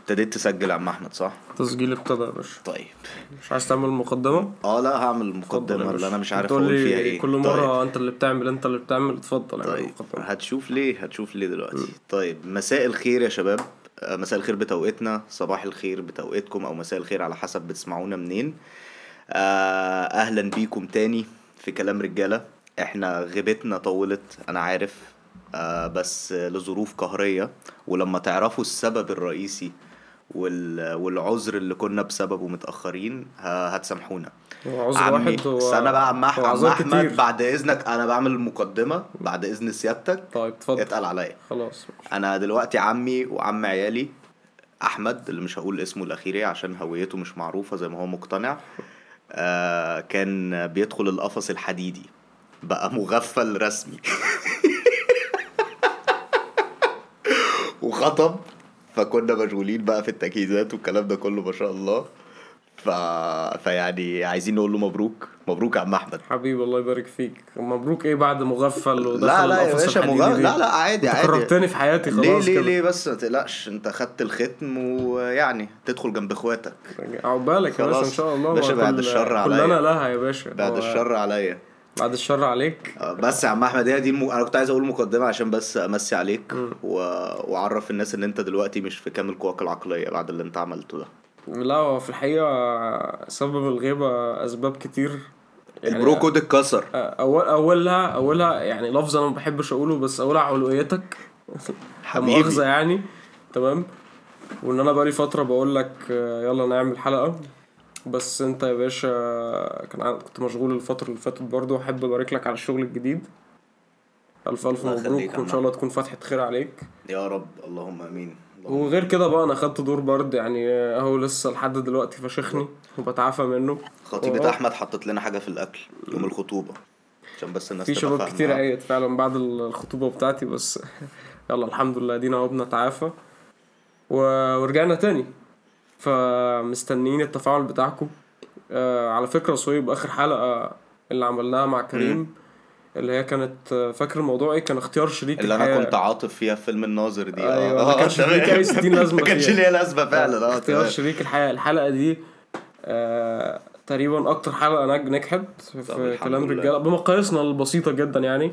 ابتديت تسجل يا عم احمد صح؟ تسجيل ابتدى يا باشا. طيب مش عايز تعمل مقدمة؟ لا هعمل اتفضل يا المقدمة اللي انا باشا. مش عارف تقول اقول فيها لي ايه. كل طيب مرة انت اللي بتعمل اتفضل اعمل طيب المقدمة. هتشوف ليه دلوقتي. طيب مساء الخير يا شباب. مساء الخير بتوقيتنا، صباح الخير بتوقيتكم، او مساء الخير على حسب بتسمعونا منين. اهلا بيكم تاني في كلام رجالة. احنا غيبتنا طولت انا عارف، بس لظروف قهرية. ولما تعرفوا السبب الرئيسي والعذر اللي كنا بسببه متأخرين هتسامحونا. هو عذر عمي واحد؟ هو استنى بقى. عم هو عم اعذار احمد كتير. بعد اذنك انا بعمل المقدمة بعد اذن سيادتك. طيب اتفضل. اتقل عليا. خلاص. انا دلوقتي عمي وعم عيالي احمد اللي مش هقول اسمه الاخيري عشان هويته مش معروفة زي ما هو مقتنع. كان بيدخل القفص الحديدي، بقى مغفل رسمي. وخطب. فكنا مشغولين بقى في التجهيزات والكلام ده كله ما شاء الله. ف... فيعني عايزين نقول له مبروك مبروك يا عم احمد. حبيبي الله يبارك فيك. مبروك ايه بعد مغفل ودخل لا يا القفص باشا الحديدي دي؟ لا عادي انت عادي. كرهتني في حياتي ليه خلاص ليه كده. ليه بس ما تقلقش، انت خدت الختم ويعني تدخل جنب اخواتك. عقبالك يا باشا ان خلاص شاء الله. باشا، ما بعد الشر كلنا عليا. لها يا باشا. بعد الشر عليا. بعد الشر عليك. بس يا عم احمد هي دي انا كنت عايز اقول مقدمه عشان بس امسي عليك واعرف الناس ان انت دلوقتي مش في كامل قواك العقليه بعد اللي انت عملته ده. لا هو في الحقيقة سبب الغيبة أسباب كتير يعني. البرو كود اتكسر. أولها يعني لفظ أنا ما بحبش أقوله، بس أولها علويتك. حبيبي. مؤاخذة يعني. تمام. وإن أنا بقالي فترة بقول لك يلا نعمل حلقة، بس أنت يا باشا كنت مشغول الفترة اللي فاتت برضو. أحب أبارك لك على الشغل الجديد. ألف الله يخليك مبروك، يا وإن عم شاء الله تكون فتحة خير عليك. يا رب اللهم امين. وغير كده بقى انا خدت دور برد يعني اهو لسه لحد دلوقتي فشخني وبتعافى منه. خطيبة احمد حطت لنا حاجه في الاكل يوم الخطوبه عشان بس الناس في تبقى شباب كتير فاهمه. عيت فعلا بعد الخطوبة بتاعتي، بس يلا الحمد لله دينا اهو بنتعافى ورجعنا تاني. فمستنيين التفاعل بتاعكم. على فكرة صويب اخر حلقة اللي عملناها مع كريم اللي هي كانت فاكر الموضوع ايه؟ كان اختيار شريك اللي الحياة. انا كنت عاطف فيها في فيلم الناظر دي. ايوه ما كانش ليك اي 60 لازمة ما كانش فيها. ليها لازمه فعلا. اختيار تمام. شريك الحياة. الحلقة دي تقريبا اكتر حلقة نجحت في الحمد كلام لله. رجالة بمقاييسنا البسيطة جدا يعني.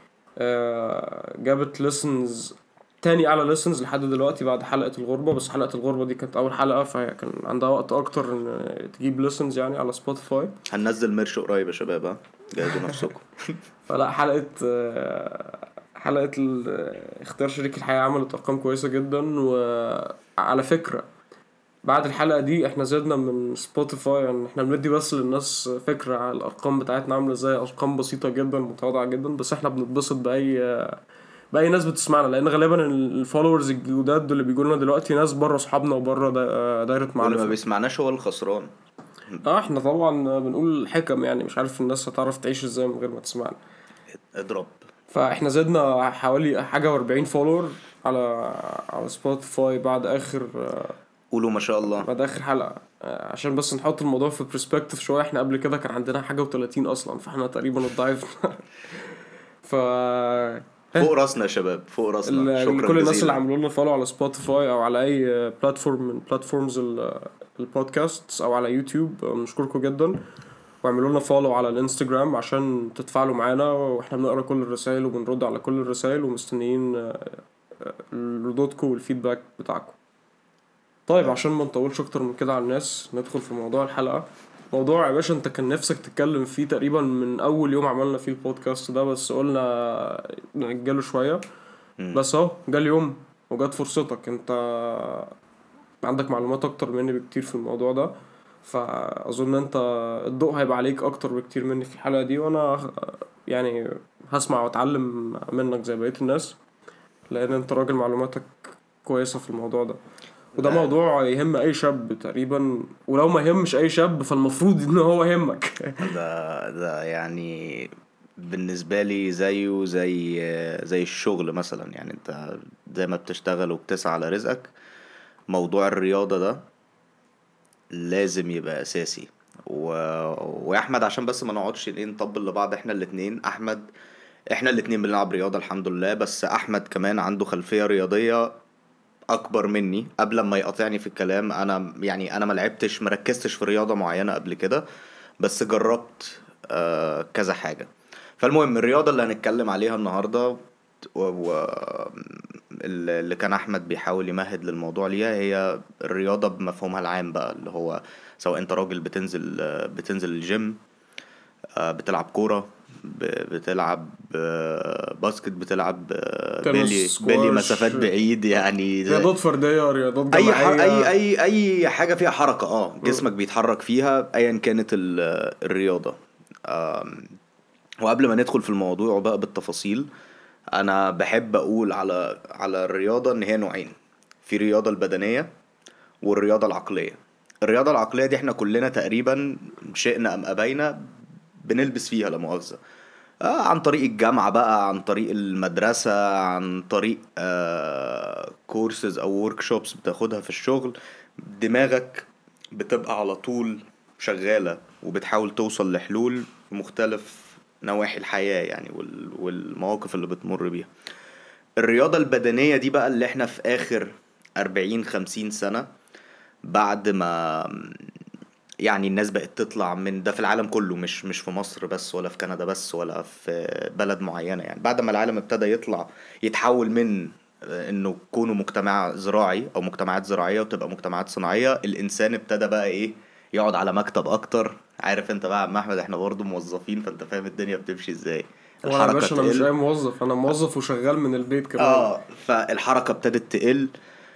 جابت ليسنز تاني اعلى ليسنز لحد دلوقتي بعد حلقة الغربة، بس حلقة الغربة دي كانت اول حلقة فهي كان عندها وقت اكتر ان تجيب ليسنز يعني على سبوتيفاي. هننزل ميرش قريب يا شباب، جهزوا نفسكم. فلا حلقة اختيار شريك الحياة عملت ارقام كويسة جدا. وعلى فكرة بعد الحلقة دي احنا زدنا من سبوتيفاي يعني. احنا بندي بس للناس فكرة على الارقام بتاعتنا عاملة ازاي. ارقام بسيطة جدا متواضعة جدا، بس احنا بنتبسط بأي ناس بتسمعنا، لان غالبا الفولورز الجداد دول اللي بيجوا لنا دلوقتي ناس بره اصحابنا وبره دايرة واللي ما معرفة. بيسمعناش هو الخسران. احنا طبعا بنقول حكم يعني، مش عارف الناس هتعرف تعيش ازاي من غير ما تسمعنا. اضرب. فاحنا زدنا حوالي حاجة و40 فولور على سبوتيفاي قولوا ما شاء الله. بعد اخر حلقة. عشان بس نحط الموضوع في برسبكتيف شوية، احنا قبل كده كان عندنا حاجة و30 اصلا، فاحنا تقريبا اتضاعفنا. ف فوق راسنا يا شباب، فوق راسنا. شكرا كل الناس اللي جزيلا. عملوا لنا فولو على سبوتيفاي او على اي بلاتفورم من بلاتفورمز البودكاست او على يوتيوب بنشكركم جدا. واعملوا لنا فولو على الانستجرام عشان تتفاعلوا معانا، واحنا بنقرا كل الرسائل وبنرد على كل الرسائل ومستنيين ردودكم والفيدباك بتاعكم. طيب عشان ما نطولش اكتر من كده على الناس ندخل في موضوع الحلقة. موضوع يا باشا انت كان نفسك تتكلم فيه تقريبا من اول يوم عملنا فيه البودكاست ده، بس قلنا نأجله شوية. بس اهو جا اليوم وجات فرصتك. انت عندك معلومات اكتر مني بكتير في الموضوع ده، فاظن انت الضوء هيبقى عليك اكتر بكتير مني في الحلقة دي، وانا يعني هسمع واتعلم منك زي بقية الناس، لان انت راجل معلوماتك كويسة في الموضوع ده. وده موضوع يهم اي شاب تقريبا، ولو ما يهمش اي شاب فالمفروض ان هو يهمك. ده يعني بالنسبة لي زي الشغل مثلا. يعني انت زي ما بتشتغل وبتسعى على رزقك، موضوع الرياضة ده لازم يبقى اساسي. ويا احمد عشان بس ما نقعدش نطبل لبعض، احنا الاتنين بنلعب رياضة الحمد لله، بس احمد كمان عنده خلفية رياضية اكبر مني قبل ما يقاطعني في الكلام. انا يعني انا ما لعبتش مركزتش في رياضة معينة قبل كده، بس جربت كذا حاجة. فالمهم الرياضة اللي هنتكلم عليها النهاردة اللي كان احمد بيحاول يمهد للموضوع ليها، هي الرياضة بمفهومها العام بقى، اللي هو سواء انت راجل بتنزل الجيم، بتلعب كورة، بتلعب باسكت، بتلعب تنس، بيلي مسافات سكواش، بعيد يعني رياضات فردية، رياضات اي جماعية. اي حاجة فيها حركة، جسمك بيتحرك فيها ايا كانت الرياضة. آم، وقبل ما ندخل في الموضوع بقى بالتفاصيل، انا بحب اقول على الرياضة ان هي نوعين: في رياضة البدنية والرياضة العقلية. الرياضة العقلية دي احنا كلنا تقريبا شئنا ام ابينا بنلبس فيها، لا مؤاخذة، عن طريق الجامعة بقى، عن طريق المدرسة، عن طريق كورسز او ورك بتاخدها في الشغل. دماغك بتبقى على طول شغالة وبتحاول توصل لحلول في مختلف نواحي الحياة يعني، والمواقف اللي بتمر بيها. الرياضة البدنية دي بقى اللي احنا في آخر 40-50 سنة، بعد ما يعني الناس بقت تطلع من ده في العالم كله، مش في مصر بس ولا في كندا بس ولا في بلد معينة يعني. بعد ما العالم ابتدى يتحول من انه كونه مجتمع زراعي او مجتمعات زراعية وتبقى مجتمعات صناعية، الانسان ابتدى بقى ايه، يقعد على مكتب اكتر. عارف انت بقى يا عم احمد، احنا برضه موظفين، فانت فاهم الدنيا بتمشي ازاي. وانا يا الحركة باشا انا مش تقل. اي موظف، انا موظف وشغال من البيت كمان. اه فالحركة ابتدت تقل.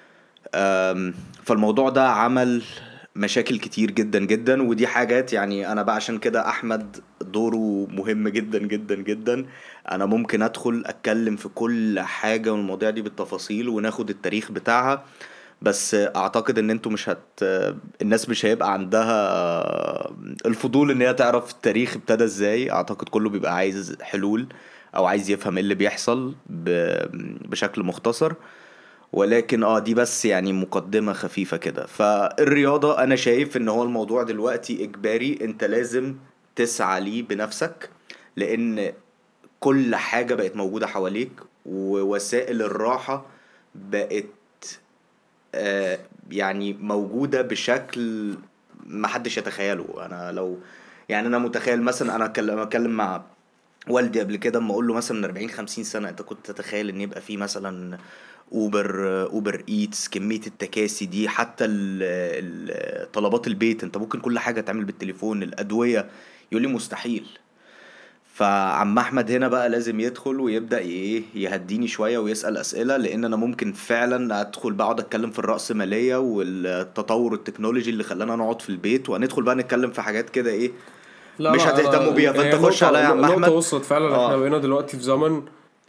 فالموضوع ده عمل مشاكل كتير جدا جدا، ودي حاجات يعني انا بقى عشان كده احمد دوره مهم جدا جدا جدا. انا ممكن ادخل اتكلم في كل حاجة من المواضيع دي بالتفاصيل وناخد التاريخ بتاعها، بس اعتقد ان انتوا مش الناس مش هيبقى عندها الفضول ان هي تعرف التاريخ ابتدى ازاي. اعتقد كله بيبقى عايز حلول او عايز يفهم ايه اللي بيحصل بشكل مختصر. ولكن دي بس يعني مقدمة خفيفة كده. فالرياضة انا شايف ان هو الموضوع دلوقتي اجباري، انت لازم تسعى ليه بنفسك، لان كل حاجة بقت موجودة حواليك، ووسائل الراحة بقت آه، يعني موجودة بشكل محدش يتخيله. انا لو يعني انا متخيل مثلا، انا اتكلم مع والدي قبل كده، اما اقول له مثلا من 40-50 سنة انت كنت تتخيل ان يبقى في مثلا اوبر ايتس، كمية التكاسي دي، حتى طلبات البيت انت ممكن كل حاجة تعمل بالتليفون، الادوية؟ يقول لي مستحيل. فعم احمد هنا بقى لازم يدخل ويبدأ ايه، يهديني شوية ويسأل اسئلة، لان انا ممكن فعلا ادخل بقعد اتكلم في الرأسمالية والتطور التكنولوجي اللي خلانا نقعد في البيت، وهندخل بقى نتكلم في حاجات كده ايه لا مش لا، هتهتموا بيها. فانت هي خش عليا يا عم نقطة احمد. وصلت فعلا. احنا اه. بقينا دلوقتي في زمن،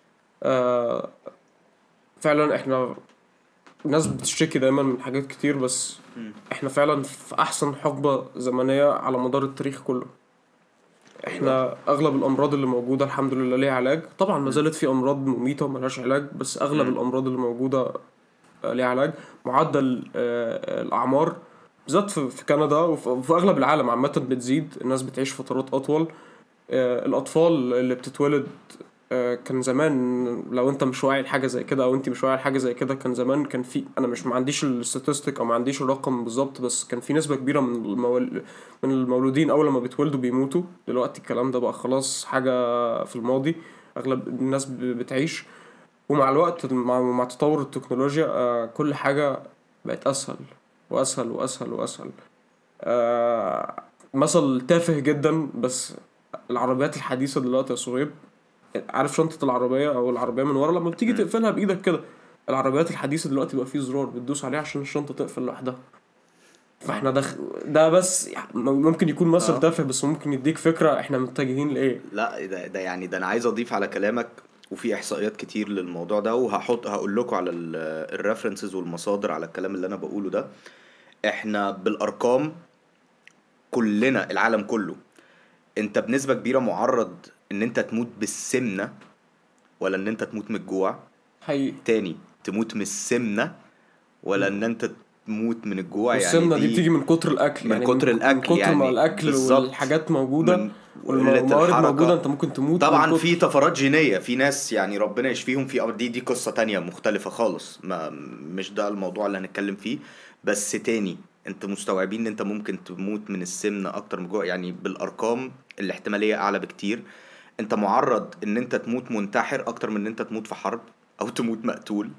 آه فعلا احنا الناس بتشتكي دايما من حاجات كتير، بس احنا فعلا في احسن حقبة زمنية على مدار التاريخ كله. ايوه. احنا اغلب الامراض اللي موجودة الحمد لله ليها علاج. طبعا ما مم. زالت في امراض مميتة وملهاش علاج، بس اغلب مم. الامراض اللي موجودة ليها علاج. معدل الاعمار بالذات في كندا وفي اغلب العالم عامة بتزيد، الناس بتعيش فترات اطول. الأطفال اللي بتتولد، كان زمان لو انت مش واعي لحاجة زي كده او انت مش واعي لحاجة زي كده، كان زمان كان في، انا مش ما عنديش الستاتستيك او ما عنديش الرقم بالظبط، بس كان في نسبة كبيرة من المولودين اول ما بيتولدوا بيموتوا. دلوقتي الكلام ده بقى خلاص حاجة في الماضي، اغلب الناس بتعيش. ومع الوقت مع تطور التكنولوجيا، كل حاجة بقت اسهل واسهل واسهل واسهل. مثل تافه جدا، بس العربيات الحديثة دلوقتي يا صهيب، عارف شنطة العربية أو العربية من ورا لما بتيجي مم. تقفلها بإيدك كده؟ العربيات الحديثة دلوقتي بقى فيه زرار بتدوس عليه عشان الشنطة تقفل لوحدها. اه. فاحنا ده بس يعني ممكن يكون مثل اه. تافه، بس ممكن يديك فكرة احنا متجهين لإيه. لا، ده يعني ده انا عايز اضيف على كلامك، وفي احصائيات كتير للموضوع ده، هقول لكم على الريفرنسز والمصادر على الكلام اللي انا بقوله ده. احنا بالارقام كلنا، العالم كله، انت بنسبة كبيرة معرض ان انت تموت بالسمنة ولا ان انت تموت من الجوع. حقيقي. تاني، تموت من السمنة ولا ان انت تموت من الجوع، يعني والسمنة دي دي بتيجي من كتر الأكل، من يعني كتر من الاكل كتر ما يعني الأكل بالظبط. والحاجات موجودة. من والموارد موجوده، انت ممكن تموت طبعا في طفرات جينيه، في ناس يعني ربنا يشفيهم، في دي قصه تانية مختلفه خالص، ما مش ده الموضوع اللي هنتكلم فيه. بس تاني، انت مستوعبين ان انت ممكن تموت من السمنه اكتر من جوع؟ يعني بالارقام الاحتماليه اعلى بكتير. انت معرض ان انت تموت منتحر اكتر من ان انت تموت في حرب او تموت مقتول.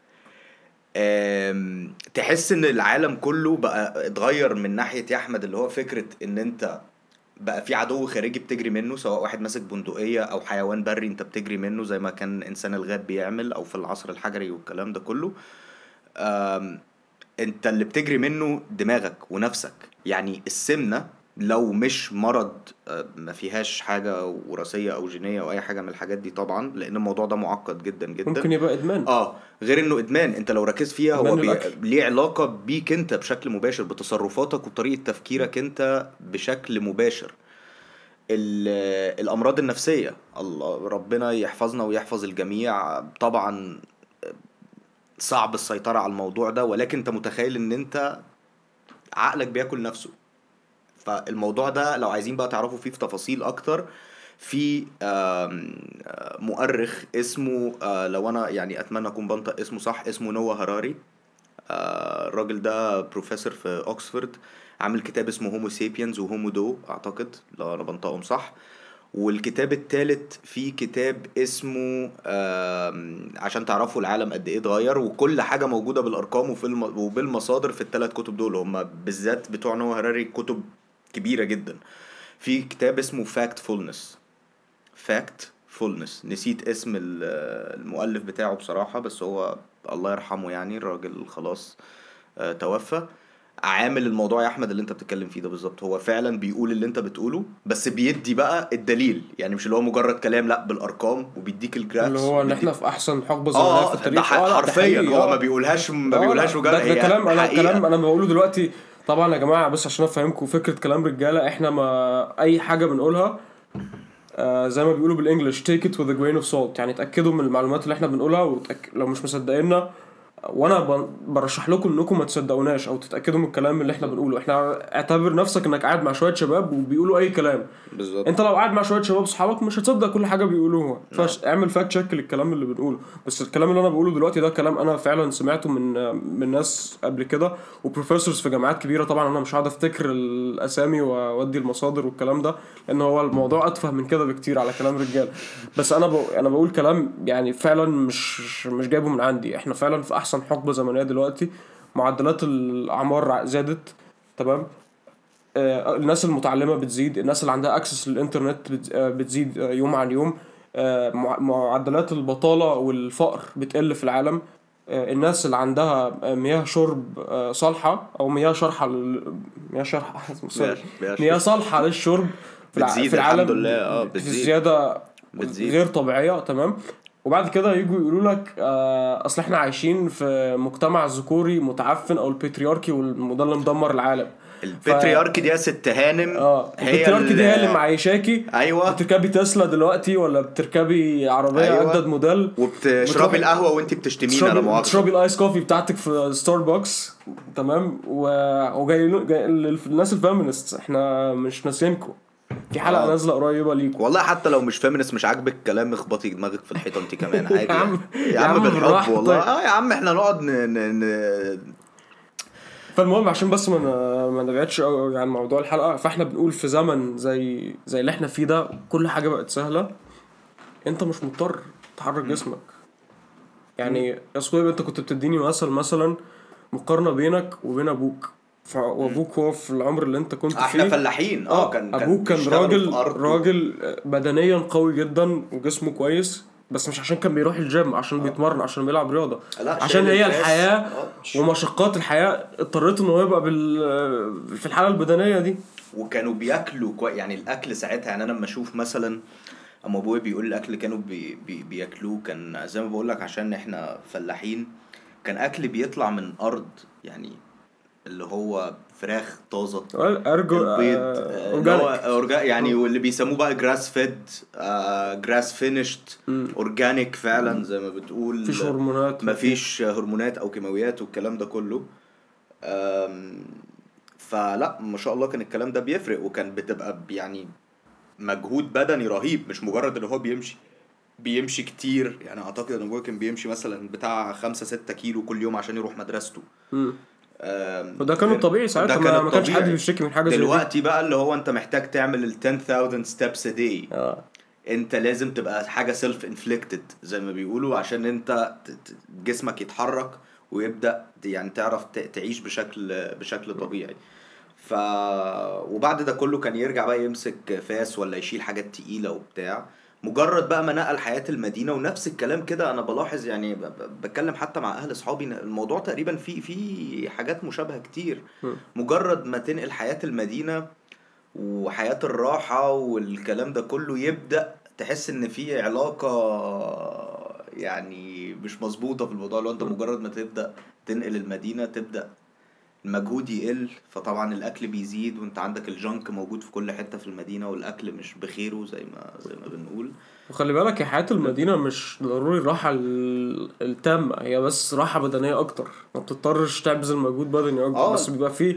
تحس ان العالم كله بقى اتغير من ناحية يا احمد، اللي هو فكرة ان انت بقى في عدو خارجي بتجري منه، سواء واحد ماسك بندقية او حيوان بري انت بتجري منه زي ما كان انسان الغاب بيعمل، او في العصر الحجري والكلام ده كله. أم، انت اللي بتجري منه دماغك ونفسك. يعني السمنة لو مش مرض، ما فيهاش حاجة وراثية او جينية او اي حاجة من الحاجات دي طبعا، لان الموضوع ده معقد جدا جدا. ممكن يبقى ادمان. غير انه ادمان، انت لو ركزت فيها هو ادمان الاكل. ليه علاقة بيك انت بشكل مباشر، بتصرفاتك وطريقة تفكيرك انت بشكل مباشر. الامراض النفسية، الله ربنا يحفظنا ويحفظ الجميع طبعا. صعب السيطرة على الموضوع ده، ولكن انت متخيل ان انت عقلك بياكل نفسه. فالموضوع ده لو عايزين بقى تعرفوا فيه في تفاصيل اكتر، في مؤرخ اسمه، لو انا يعني اتمنى اكون بنطق اسمه صح، اسمه نوا هراري. الراجل ده بروفيسور في اوكسفورد، عامل كتاب اسمه هومو سيبينز وهومو دو، اعتقد لو انا بنطقهم صح. والكتاب التالت في كتاب اسمه عشان تعرفوا العالم قد ايه اتغير، وكل حاجة موجودة بالارقام وبالمصادر في الثلاث كتب دول، هم بالذات بتوع نوا هراري كتب كبيرة جدا. في كتاب اسمه فاكت فولنس، نسيت اسم المؤلف بتاعه بصراحة، بس هو الله يرحمه يعني، الراجل خلاص توفى. عامل الموضوع يا احمد اللي انت بتتكلم فيه ده بالظبط، هو فعلا بيقول اللي انت بتقوله، بس بيدي بقى الدليل، يعني مش اللي هو مجرد كلام، لا بالارقام، وبيديك اللي الجرافس هو ان احنا وبيديك. في احسن حقبه زمنيه في ده التاريخ. لا ده حرفيا حقيقي. هو ما بيقولهاش مجرد، ده هي كلام، انا حقيقة. كلام انا بقوله دلوقتي. طبعا يا جماعه، بس عشان افهمكم فكره كلام رجاله، احنا ما اي حاجه بنقولها زي ما بيقولوا بالانجلش take it with a grain of salt. يعني اتاكدوا من المعلومات اللي احنا بنقولها، لو مش مصدقيننا وانا برشح لكم انكم ما تصدقوناش او تتاكدوا من الكلام اللي احنا بالظبط. بنقوله. احنا اعتبر نفسك انك قاعد مع شويه شباب وبيقولوا اي كلام. بالظبط. انت لو قاعد مع شويه شباب اصحابك مش هتصدق كل حاجه بيقولوها، نعم. اعمل فاكت تشيك للكلام اللي بنقوله. بس الكلام اللي انا بقوله دلوقتي ده كلام انا فعلا سمعته من ناس قبل كده، وبروفيسورز في جامعات كبيره. طبعا انا مش هقعد افتكر الاسامي واودي المصادر والكلام ده، لان هو الموضوع اتفه من كده بكتير على كلام رجال. بس انا بقول كلام يعني فعلا مش جايبه من عندي. احنا فعلا في احسن حقبه زمنيه دلوقتي. معدلات الاعمار زادت. تمام. الناس المتعلمة بتزيد، الناس اللي عندها اكسس للانترنت بتزيد يوم عن يوم. معدلات البطالة والفقر بتقل في العالم. الناس اللي عندها مياه شرب صالحة او مياه شرحة مياه شرحة سوري. ماشي مياه ماشي. صالحة للشرب في بتزيد الحمد العالم لله، في بتزيد. زيادة بتزيد. غير طبيعية. تمام. وبعد كده يجوا يقولوا لك اصل احنا عايشين في مجتمع ذكوري متعفن او البترياركي، وده اللي مدمر العالم. ف البتريارك دي يا ست هانم هي البترياركي دي هي اللي معيشاكي. ايوه. بتركبي تسلا دلوقتي ولا بتركبي عربية اجدد ايوه، موديل؟ وبتشربي بتروحي القهوه وانت بتشتمينا لا مؤاخذه. بتشربي الايس كوفي بتاعتك في ستاربكس. تمام. جاي الناس الفيمينست احنا مش ناسينكم. في حلقة اه نازلة قريبة ليكم. والله، حتى لو مش فيمينست مش عاجبك كلام، اخبطي دماغك في الحيطه انت كمان يا عادي يعني. عم يا يا عم عم بالحب بالراحة والله، طيب. يا عم احنا نقعد فالمهم عشان بس ما نبعدش قوي عن موضوع الحلقة، فاحنا بنقول في زمن زي اللي احنا فيه ده كل حاجة بقت سهلة. انت مش مضطر تحرك جسمك. يعني يا صهيب، انت كنت بتديني مثلا مقارنة بينك وبين ابوك. وابوك هو في العمر اللي انت كنت احنا فيه. فلاحين، كان ابوك كان بيشتغلوا في ارض راجل بدنيا قوي جدا وجسمه كويس، بس مش عشان كان بيروح الجيم، عشان بيتمرن، عشان بيلعب رياضة. لا، عشان شايل هي الفاس. الحياة ومشقات الحياة اضطريت انه يبقى في الحالة البدنية دي. وكانوا بياكلوا يعني الاكل ساعتها، يعني انا لما اشوف مثلا اما ابويا بيقول الاكل كانوا بياكلوه، كان زي ما بقول لك عشان احنا فلاحين، كان اكل بيطلع من ارض، يعني اللي هو فراخ طازه، ارجو البيض اللي هو اورجانيك. يعني، واللي بيسموه بقى جراس فيد، جراس فينيشت، اورجانيك فعلا زي ما بتقول. مفيش هرمونات، مفيش هرمونات او كيماويات والكلام ده كله. فلا ما شاء الله كان الكلام ده بيفرق، وكان بتبقى يعني مجهود بدني رهيب، مش مجرد ان هو بيمشي كتير. يعني اعتقد ان ابويا كان بيمشي مثلا بتاع 5-6 كيلو كل يوم عشان يروح مدرسته. مم. وده كان الطبيعي ده ساعتها، كان ما كانش حد الطبيعي. بيشتكي من حاجه زي دي. دلوقتي بقى اللي هو انت محتاج تعمل ال 10,000 steps a day. اه انت لازم تبقى حاجة سيلف انفليكتد زي ما بيقولوا، عشان انت جسمك يتحرك ويبدأ يعني تعرف تعيش بشكل طبيعي. ف وبعد ده كله كان يرجع بقى يمسك فاس ولا يشيل حاجات تقيلة وبتاع. مجرد بقى ما نقل حياة المدينة، ونفس الكلام كده انا بلاحظ يعني بتكلم حتى مع اهل اصحابي، الموضوع تقريبا في حاجات مشابهة كتير. مم. مجرد ما تنقل حياة المدينة وحياة الراحة والكلام ده كله، يبدأ تحس ان في علاقة يعني مش مظبوطة في الموضوع. لو انت مم. مجرد ما تبدأ تنقل المدينة، تبدأ المجهود يقل، فطبعا الاكل بيزيد، وانت عندك الجنك موجود في كل حتة في المدينة، والاكل مش بخيره زي ما بنقول. وخلي بالك يا، حياة المدينة مش ضروري الراحة التامة، هي بس راحة بدنية أكتر، ما بتضطرش تعبذل مجهود بدني أكتر، بس اه. بيبقى فيه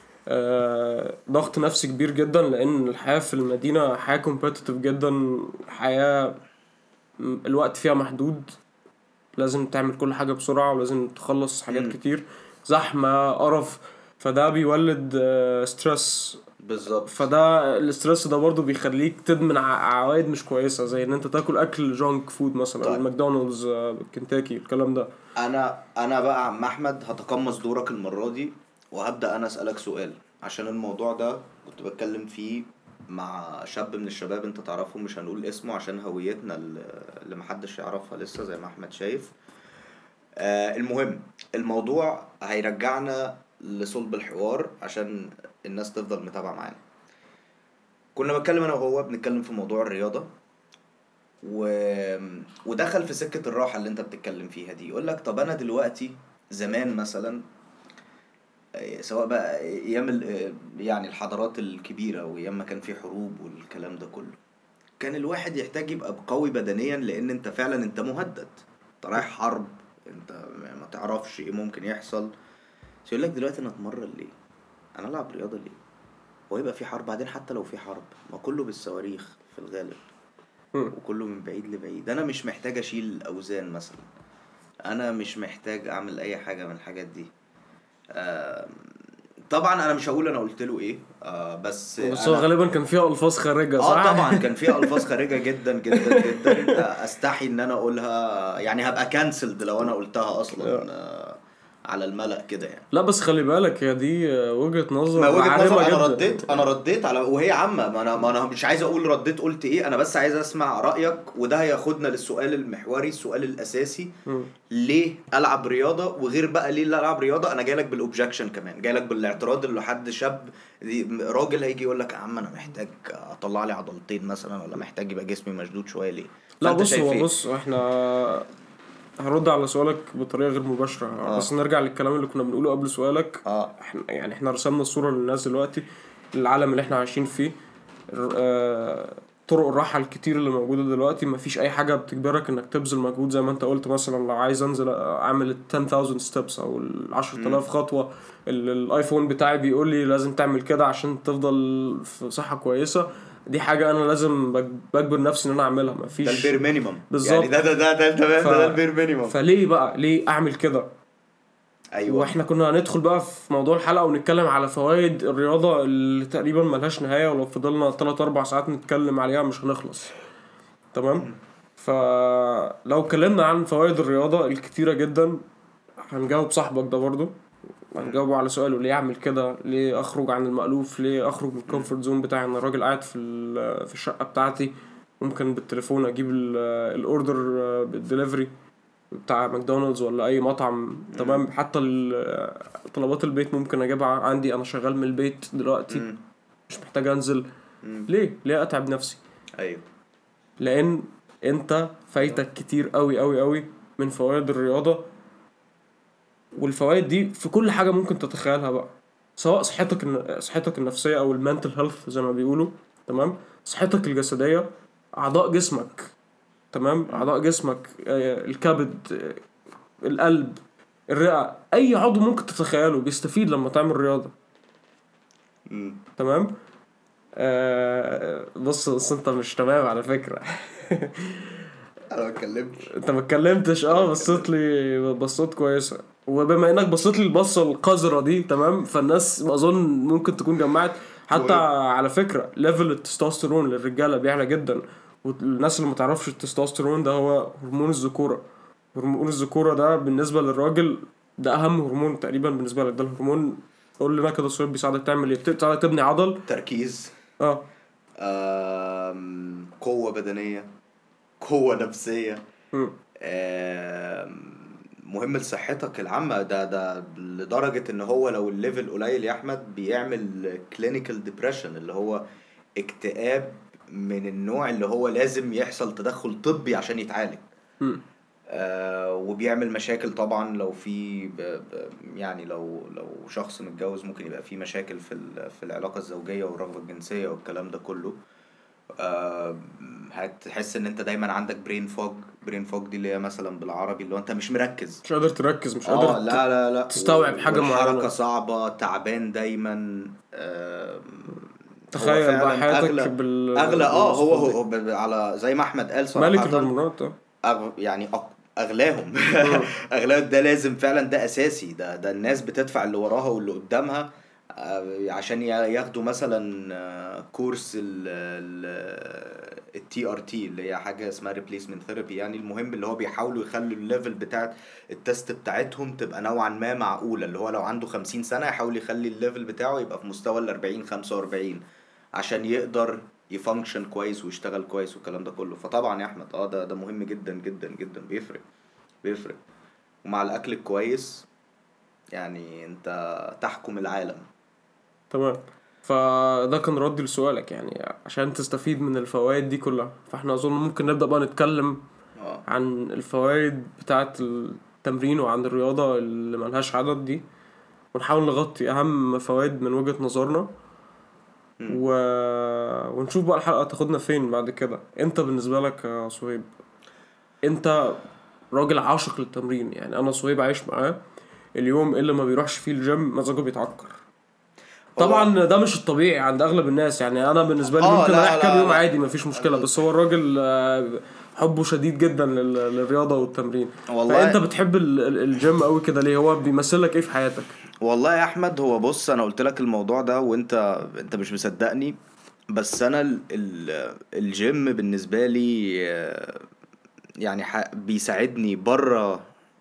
ضغط نفسي كبير جدا، لأن الحياة في المدينة حياة كومبetitive جدا، حياة الوقت فيها محدود، لازم تعمل كل حاجة بسرعة، ولازم تخلص حاجات امم. كتير، زحمة، قرف، فده بيولد ستريس. بالظبط. فده الاسترس ده برضو بيخليك تدمن عوائد مش كويسة، زي ان انت تاكل اكل جانك فود مثلا، طيب ماكدونالدز، كنتاكي، الكلام ده. انا بقى عم احمد هتقمص دورك المرة دي، وهبدأ انا اسألك سؤال. عشان الموضوع ده كنت بتكلم فيه مع شاب من الشباب انت تعرفه، مش هنقول اسمه عشان هويتنا اللي محدش يعرفها لسه زي ما احمد شايف. المهم، الموضوع هيرجعنا لصلب الحوار عشان الناس تفضل متابعة معانا. كنا بتكلم انا وهو بنتكلم في موضوع الرياضة، و... ودخل في سكة الراحة اللي انت بتتكلم فيها دي. يقول لك طب انا دلوقتي زمان مثلا، سواء بقى ايام يعني الحضارات الكبيرة، وايام ما كان في حروب والكلام ده كله، كان الواحد يحتاج يبقى قوي بدنيا، لان انت فعلا انت مهدد، انت رايح حرب، انت ما تعرفش ايه ممكن يحصل. بس يقول لك دلوقتي انا اتمرن ليه؟ انا العب رياضة ليه؟ هو يبقى في حرب بعدين؟ حتى لو في حرب ما كله بالصواريخ في الغالب، مم. وكله من بعيد لبعيد. انا مش محتاج اشيل اوزان مثلا، انا مش محتاج اعمل اي حاجة من الحاجات دي. آم، طبعا انا مش هقول انا قلت له ايه، بس بس هو انا غالبا كان فيها الفاظ خارجة، اه صح؟ طبعا كان فيها الفاظ خارجه جدا جدا جدا. استحي ان انا اقولها، يعني هبقى كانسلد لو انا قلتها اصلا على الملأ كده يعني. لا بس خلي بالك، هي دي وجهة ما نظر وجهة عارمة نظر، انا جدا رديت انا رديت على، وهي عامه، ما انا مش عايز اقول رديت قلت ايه، انا بس عايز اسمع رايك. وده هياخدنا للسؤال المحوري، السؤال الاساسي: مم. ليه العب رياضه؟ وغير بقى ليه العب رياضه، انا جايلك بالاوبجكشن كمان، جايلك بالاعتراض اللي حد شاب راجل هيجي يقول لك يا عم انا محتاج اطلع لي عضلتين مثلا، ولا محتاج يبقى جسمي مشدود شويه ليه؟ لا فانت بص، شايف هو ايه؟ بص، احنا هرد على سؤالك بطريقة غير مباشرة، بس اه. نرجع للكلام اللي كنا بنقوله قبل سؤالك. اه. احنا رسمنا الصورة للناس دلوقتي، العالم اللي احنا عايشين فيه، طرق الراحة الكتير اللي موجودة دلوقتي، مفيش أي حاجة بتجبرك إنك تبذل مجهود. زي ما أنت قلت مثلا، لو عايز أنزل أعمل ال 10,000 steps أو ال 10,000 خطوة، الآيفون بتاعي بيقول لي لازم تعمل كده عشان تفضل في صحة كويسة. دي حاجة أنا لازم بجبر نفسي إن أنا أعملها، ده مفيش. البير مينيمم يعني، بالظبط. ده تمام، ده البير مينيمم. فليه بقى ليه أعمل كده؟ ايوه. واحنا كنا هندخل بقى في موضوع الحلقة ونتكلم على فوائد الرياضة اللي تقريبا ملهاش نهاية، ولو فضلنا 3-4 ساعات نتكلم عليها مش هنخلص. تمام. فلو اتكلمنا عن فوائد الرياضة الكتيرة جدا، هنجاوب صاحبك ده برضو، هنجاوبه على سؤاله ليه اعمل كده، ليه اخرج عن المألوف، ليه اخرج من الكومفورت زون بتاعي. انا الراجل قاعد في الشقة بتاعتي، ممكن بالتليفون اجيب الاوردر بالدليفري بتاع ماكدونالدز ولا اي مطعم. تمام. حتى طلبات البيت ممكن اجيبها عندي، انا شغال من البيت دلوقتي، مش محتاج انزل. ليه اتعب نفسي؟ ايوه. لان انت فايتك كتير قوي قوي قوي من فوائد الرياضة. والفوائد دي في كل حاجة ممكن تتخيلها بقى، سواء صحتك النفسية او المنتل هيلث زي ما بيقولوا. تمام. صحتك الجسدية، اعضاء جسمك. تمام. اعضاء جسمك، الكبد، القلب، الرئة، اي عضو ممكن تتخيله بيستفيد لما تعمل رياضة. تمام. بص انت مش تمام على فكرة. انا ما اتكلمتش. انت ما اتكلمتش. بصيت لي بصات كويسة، وبما انك بصيت لي البصة القذرة دي تمام، فالناس اظن ممكن تكون جمعت. حتى مهم. على فكرة ليفل التستوستيرون للرجالة بيعلى جدا، والناس اللي متعرفش التستوستيرون ده هو هرمون الذكورة. هرمون الذكورة ده بالنسبة للراجل ده اهم هرمون تقريبا بالنسبة لك. ده الهرمون، قول لنا كده السؤال، بيساعدك تعمل ايه؟ بتساعدك تبني عضل. تركيز، اه. قوة بدنية، قوة نفسية، مم. مهم لصحتك العامة. ده لدرجة ان هو لو الليفل قليل يا احمد بيعمل كلينيكال ديبريشن، اللي هو اكتئاب من النوع اللي هو لازم يحصل تدخل طبي عشان يتعالج. مم. وبيعمل مشاكل طبعا لو في يعني لو شخص متجوز ممكن يبقى في مشاكل في العلاقة الزوجية والرغبة الجنسية والكلام ده كله. آه، هتحس ان انت دايما عندك برين فوج دي اللي هي مثلا بالعربي اللي هو انت مش مركز. مش قادر تركز، مش قادر لا لا لا، تستوعب حاجة والحركة معينة. صعبة، تعبان دايما. هو تخيل بقى فعلا حياتك اغلى هو بالمواصفات دي. هو على زي ما احمد قال ملك صراحة. الهرمونات ده. يعني اغلاهم. مم. اغلاهم ده لازم فعلا، ده اساسي. ده الناس بتدفع اللي وراها واللي قدامها عشان ياخدوا مثلا كورس التي ار تي اللي هي حاجه اسمها ريبليسمنت ثيرابي. يعني المهم اللي هو بيحاولوا يخلوا الليفل بتاعت التست بتاعتهم تبقى نوعا ما معقوله، اللي هو لو عنده 50 سنه يحاول يخلي الليفل بتاعه يبقى في مستوى ال 40 45 عشان يقدر يفانكشن كويس ويشتغل كويس والكلام ده كله. فطبعا يا احمد ده مهم جدا جدا جدا، بيفرق. ومع الاكل الكويس يعني انت تحكم العالم. تمام. فده كان ردي لسؤالك، يعني عشان تستفيد من الفوائد دي كلها، فاحنا اظن ممكن نبدأ بقى نتكلم اه. عن الفوائد بتاعة التمرين وعن الرياضة اللي ملهاش عدد دي، ونحاول نغطي اهم فوائد من وجهة نظرنا مم. و... ونشوف بقى الحلقة تاخدنا فين بعد كده. انت بالنسبة لك يا صهيب، انت راجل عاشق للتمرين. يعني انا صهيب عايش معاه، اليوم اللي ما بيروحش فيه الجيم مزاجه بيتعكر. هو طبعا ده مش الطبيعي عند اغلب الناس، يعني انا بالنسبه لي ممكن اريح لا كام لا يوم لا عادي مفيش مشكله، بس هو الراجل حبه شديد جدا للرياضه والتمرين. فانت والله. والله. بتحب الجيم قوي كده ليه؟ هو بيمثل لك ايه في حياتك؟ والله يا احمد، هو بص انا قلت لك الموضوع ده وانت مش مصدقني. بس انا الجيم بالنسبه لي يعني بيساعدني بره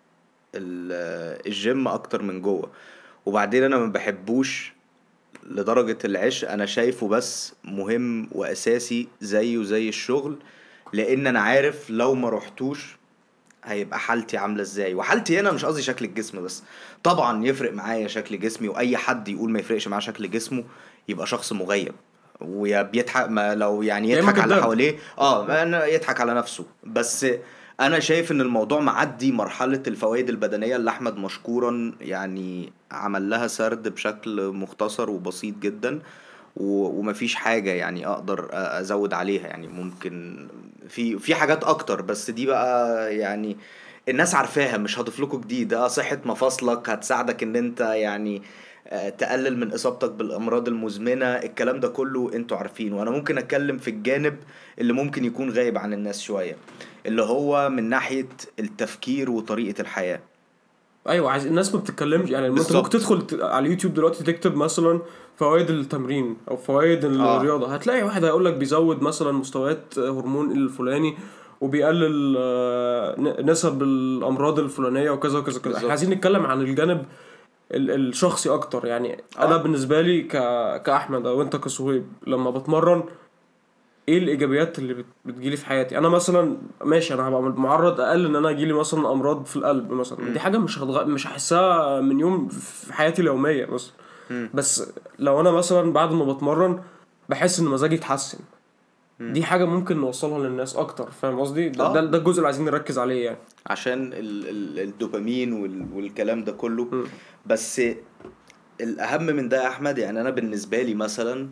الجيم اكتر من جوه. وبعدين انا ما بحبوش لدرجة العشق، انا شايفه بس مهم واساسي زيه زي الشغل. لان انا عارف لو ما رحتوش هيبقى حالتي عاملة ازاي. وحالتي هنا مش قصدي شكل الجسم بس، طبعا يفرق معايا شكل جسمي. واي حد يقول ما يفرقش معاه شكل جسمه يبقى شخص مغيب، ويا بيضحك ما لو يعني يا اما يضحك على اللي كداب. حواليه. يضحك على نفسه بس. انا شايف ان الموضوع معدي مرحلة الفوائد البدنية اللي احمد مشكورا يعني عمل لها سرد بشكل مختصر وبسيط جدا. ومفيش حاجة يعني اقدر ازود عليها. يعني ممكن في حاجات اكتر بس دي بقى يعني الناس عارفاها، مش هضيف لكم جديد. صحة مفاصلك هتساعدك ان انت يعني تقلل من اصابتك بالامراض المزمنة. الكلام ده كله انتوا عارفين. وانا ممكن اتكلم في الجانب اللي ممكن يكون غايب عن الناس شوية، اللي هو من ناحية التفكير وطريقة الحياة. ايوه، عايز الناس ما بتتكلمش. يعني ما انت ممكن بالظبط. تدخل على اليوتيوب دلوقتي تكتب مثلا فوائد التمرين او فوائد اه. الرياضه، هتلاقي واحد هيقول لك بيزود مثلا مستويات هرمون الفلاني، وبيقلل نسب الامراض الفلانيه وكذا وكذا كذا. احنا عايزين بالظبط. نتكلم عن الجانب الشخصي اكتر. يعني انا اه. بالنسبه لي كاحمد او انت كصهيب، لما بتمرن ايه الايجابيات اللي بتجيلي في حياتي؟ انا مثلا ماشي، انا هبقى معرض اقل ان انا اجيلي مثلا امراض في القلب مثلا، دي مم. حاجه مش هحسها من يوم في حياتي اليوميه مثلا. مم. بس لو انا مثلا بعد ما بتمرن بحس ان مزاجي اتحسن، مم. دي حاجه ممكن نوصلها للناس اكتر. فاهم قصدي؟ اه. ده الجزء اللي عايزين نركز عليه يعني. عشان الدوبامين والكلام ده كله. م. بس الاهم من ده يا احمد، يعني انا بالنسبه لي مثلا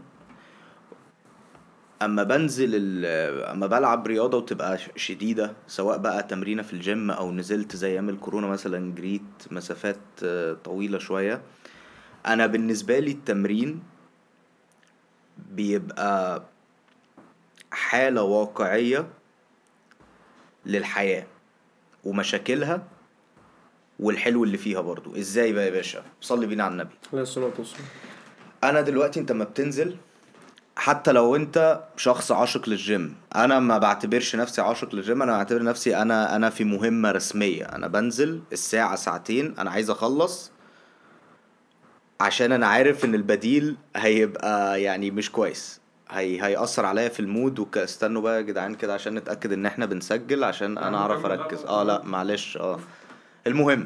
اما بلعب رياضه وتبقى شديده، سواء بقى تمرينه في الجيم او نزلت زي ايام الكورونا مثلا جريت مسافات طويله شويه. انا بالنسبه لي التمرين بيبقى حالة واقعية للحياة ومشاكلها والحلو اللي فيها برضو. ازاي بقى يا باشا؟ صلي بينا على النبي. لا الصلاة والسلام. انا دلوقتي انت ما بتنزل، حتى لو انت شخص عاشق للجيم، انا ما بعتبرش نفسي عاشق للجيم، انا بعتبر نفسي انا في مهمة رسمية. انا بنزل الساعة ساعتين انا عايز اخلص، عشان انا عارف ان البديل هيبقى يعني مش كويس، هيأثر عليا في المود. استنوا بقى يا جدعان كده عشان نتأكد ان احنا بنسجل، عشان انا اعرف اركز. لا معلش. المهم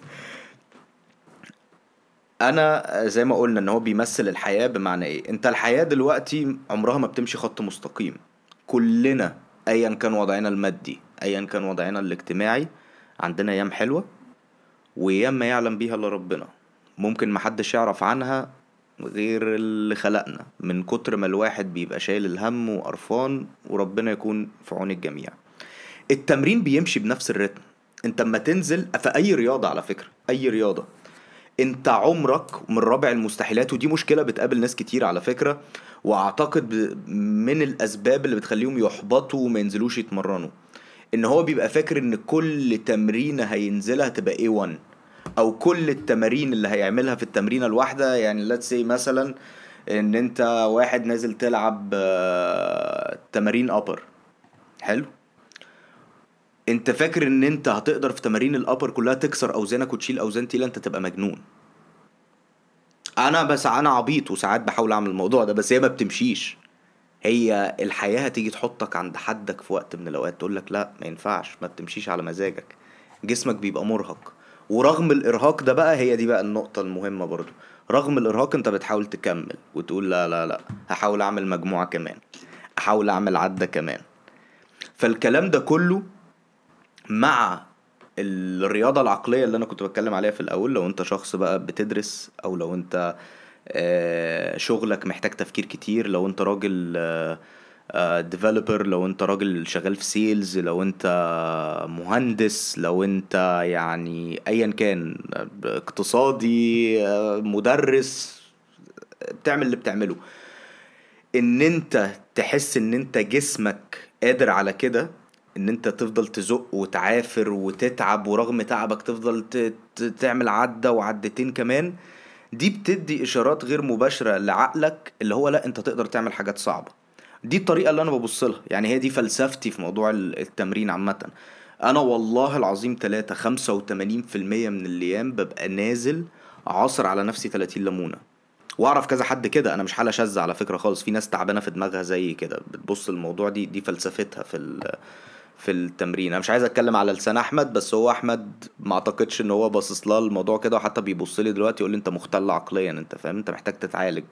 انا زي ما قلنا ان هو بيمثل الحياة. بمعنى ايه؟ انت الحياة دلوقتي عمرها ما بتمشي خط مستقيم. كلنا ايا كان وضعنا المادي، ايا كان وضعنا الاجتماعي، عندنا ايام حلوة وايام ما يعلم بيها الا ربنا، ممكن محدش يعرف عنها غير اللي خلقنا، من كتر ما الواحد بيبقى شايل الهم وقرفان، وربنا يكون في عون الجميع. التمرين بيمشي بنفس الريتم. انت اما تنزل في اي رياضة، على فكرة اي رياضة، انت عمرك من رابع المستحيلات. ودي مشكلة بتقابل ناس كتير على فكرة، واعتقد من الاسباب اللي بتخليهم يحبطوا وما ينزلوش يتمرنوا، ان هو بيبقى فاكر ان كل تمرينة هينزلها تبقى A1، او كل التمارين اللي هيعملها في التمرينة الواحدة. يعني let's say مثلا ان انت واحد نازل تلعب تمارين upper، حلو، انت فاكر ان انت هتقدر في تمارين الابر كلها تكسر اوزانك وتشيل اوزان تقيله؟ انت تبقى مجنون. انا عبيط وساعات بحاول اعمل الموضوع ده، بس هي ما بتمشيش. هي الحياة هتيجي تحطك عند حدك في وقت من الاوقات، تقولك لا ما ينفعش، ما بتمشيش على مزاجك، جسمك بيبقى مرهق. ورغم الارهاق ده بقى، هي دي بقى النقطة المهمة برضو، رغم الارهاق انت بتحاول تكمل وتقول لا لا لا، هحاول اعمل مجموعة كمان، احاول اعمل عدة كمان. فالكلام ده كله مع الرياضة العقلية اللي انا كنت بتكلم عليها في الاول، لو انت شخص بقى بتدرس، او لو انت شغلك محتاج تفكير كتير، لو انت راجل ديفلوبر، لو انت راجل شغال في سيلز، لو انت مهندس، لو انت يعني ايا كان اقتصادي، مدرس، بتعمل اللي بتعمله، ان انت تحس ان انت جسمك قادر على كده، ان انت تفضل تزق وتعافر وتتعب، ورغم تعبك تفضل تعمل عدة وعدتين كمان. دي بتدي اشارات غير مباشرة لعقلك، اللي هو لا انت تقدر تعمل حاجات صعبة. دي الطريقة اللي انا ببص لها، يعني هي دي فلسفتي في موضوع التمرين عامة. انا والله العظيم 85% من الايام ببقى نازل عصر على نفسي 30 ليمونة. واعرف كذا حد كده، انا مش حالة شاذة على فكرة خالص، في ناس تعبانة في دماغها زي كده بتبص الموضوع. دي فلسفتها في التمرين. انا مش عايز اتكلم على لسان احمد، بس هو احمد ما اعتقدش ان هو باصص لها الموضوع كده، وحتى بيبص لي دلوقتي يقول لي انت مختل عقليا، انت فاهم، انت محتاج تتعالج.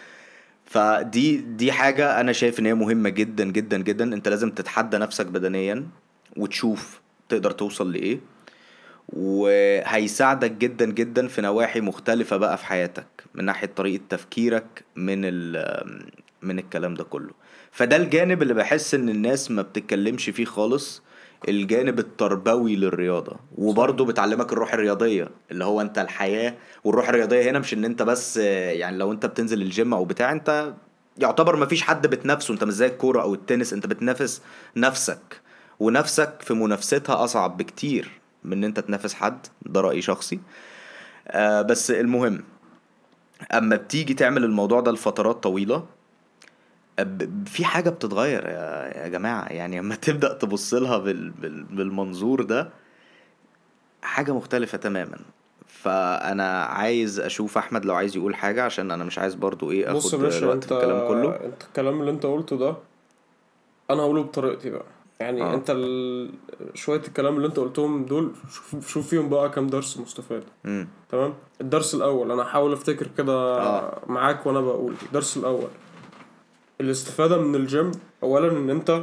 فدي حاجة انا شايف ان هي مهمة جدا جدا جدا. انت لازم تتحدى نفسك بدنيا وتشوف تقدر توصل لايه، وهيساعدك جدا جدا في نواحي مختلفة بقى في حياتك، من ناحية طريقة تفكيرك، من الكلام ده كله. فده الجانب اللي بحس ان الناس ما بتتكلمش فيه خالص، الجانب التربوي للرياضة. صح. وبرضه بتعلمك الروح الرياضية، اللي هو انت الحياة. والروح الرياضية هنا مش ان انت بس يعني لو انت بتنزل الجيم او بتاع، انت يعتبر ما فيش حد بتنافسه، انت مش زي الكورة او التنس، انت بتنافس نفسك. ونفسك في منافستها اصعب بكتير من ان انت تنافس حد، ده رأيي شخصي. بس المهم، اما بتيجي تعمل الموضوع ده لفترات طويلة، في حاجة بتتغير يا جماعة. يعني اما تبدأ تبص لها بالمنظور ده، حاجة مختلفة تماما. فانا عايز اشوف احمد لو عايز يقول حاجة، عشان انا مش عايز برضو ايه بص يا اخد باشا، الوقت في الكلام كله. انت الكلام اللي انت قلته ده انا هقوله بطريقتي بقى. يعني اه. انت شوية الكلام اللي انت قلتهم دول، شوف فيهم بقى كام درس مستفاد. امم. تمام. الدرس الاول، انا هحاول افتكر كده اه. معاك وانا بقول. الدرس الاول، الاستفادة من الجيم اولا ان انت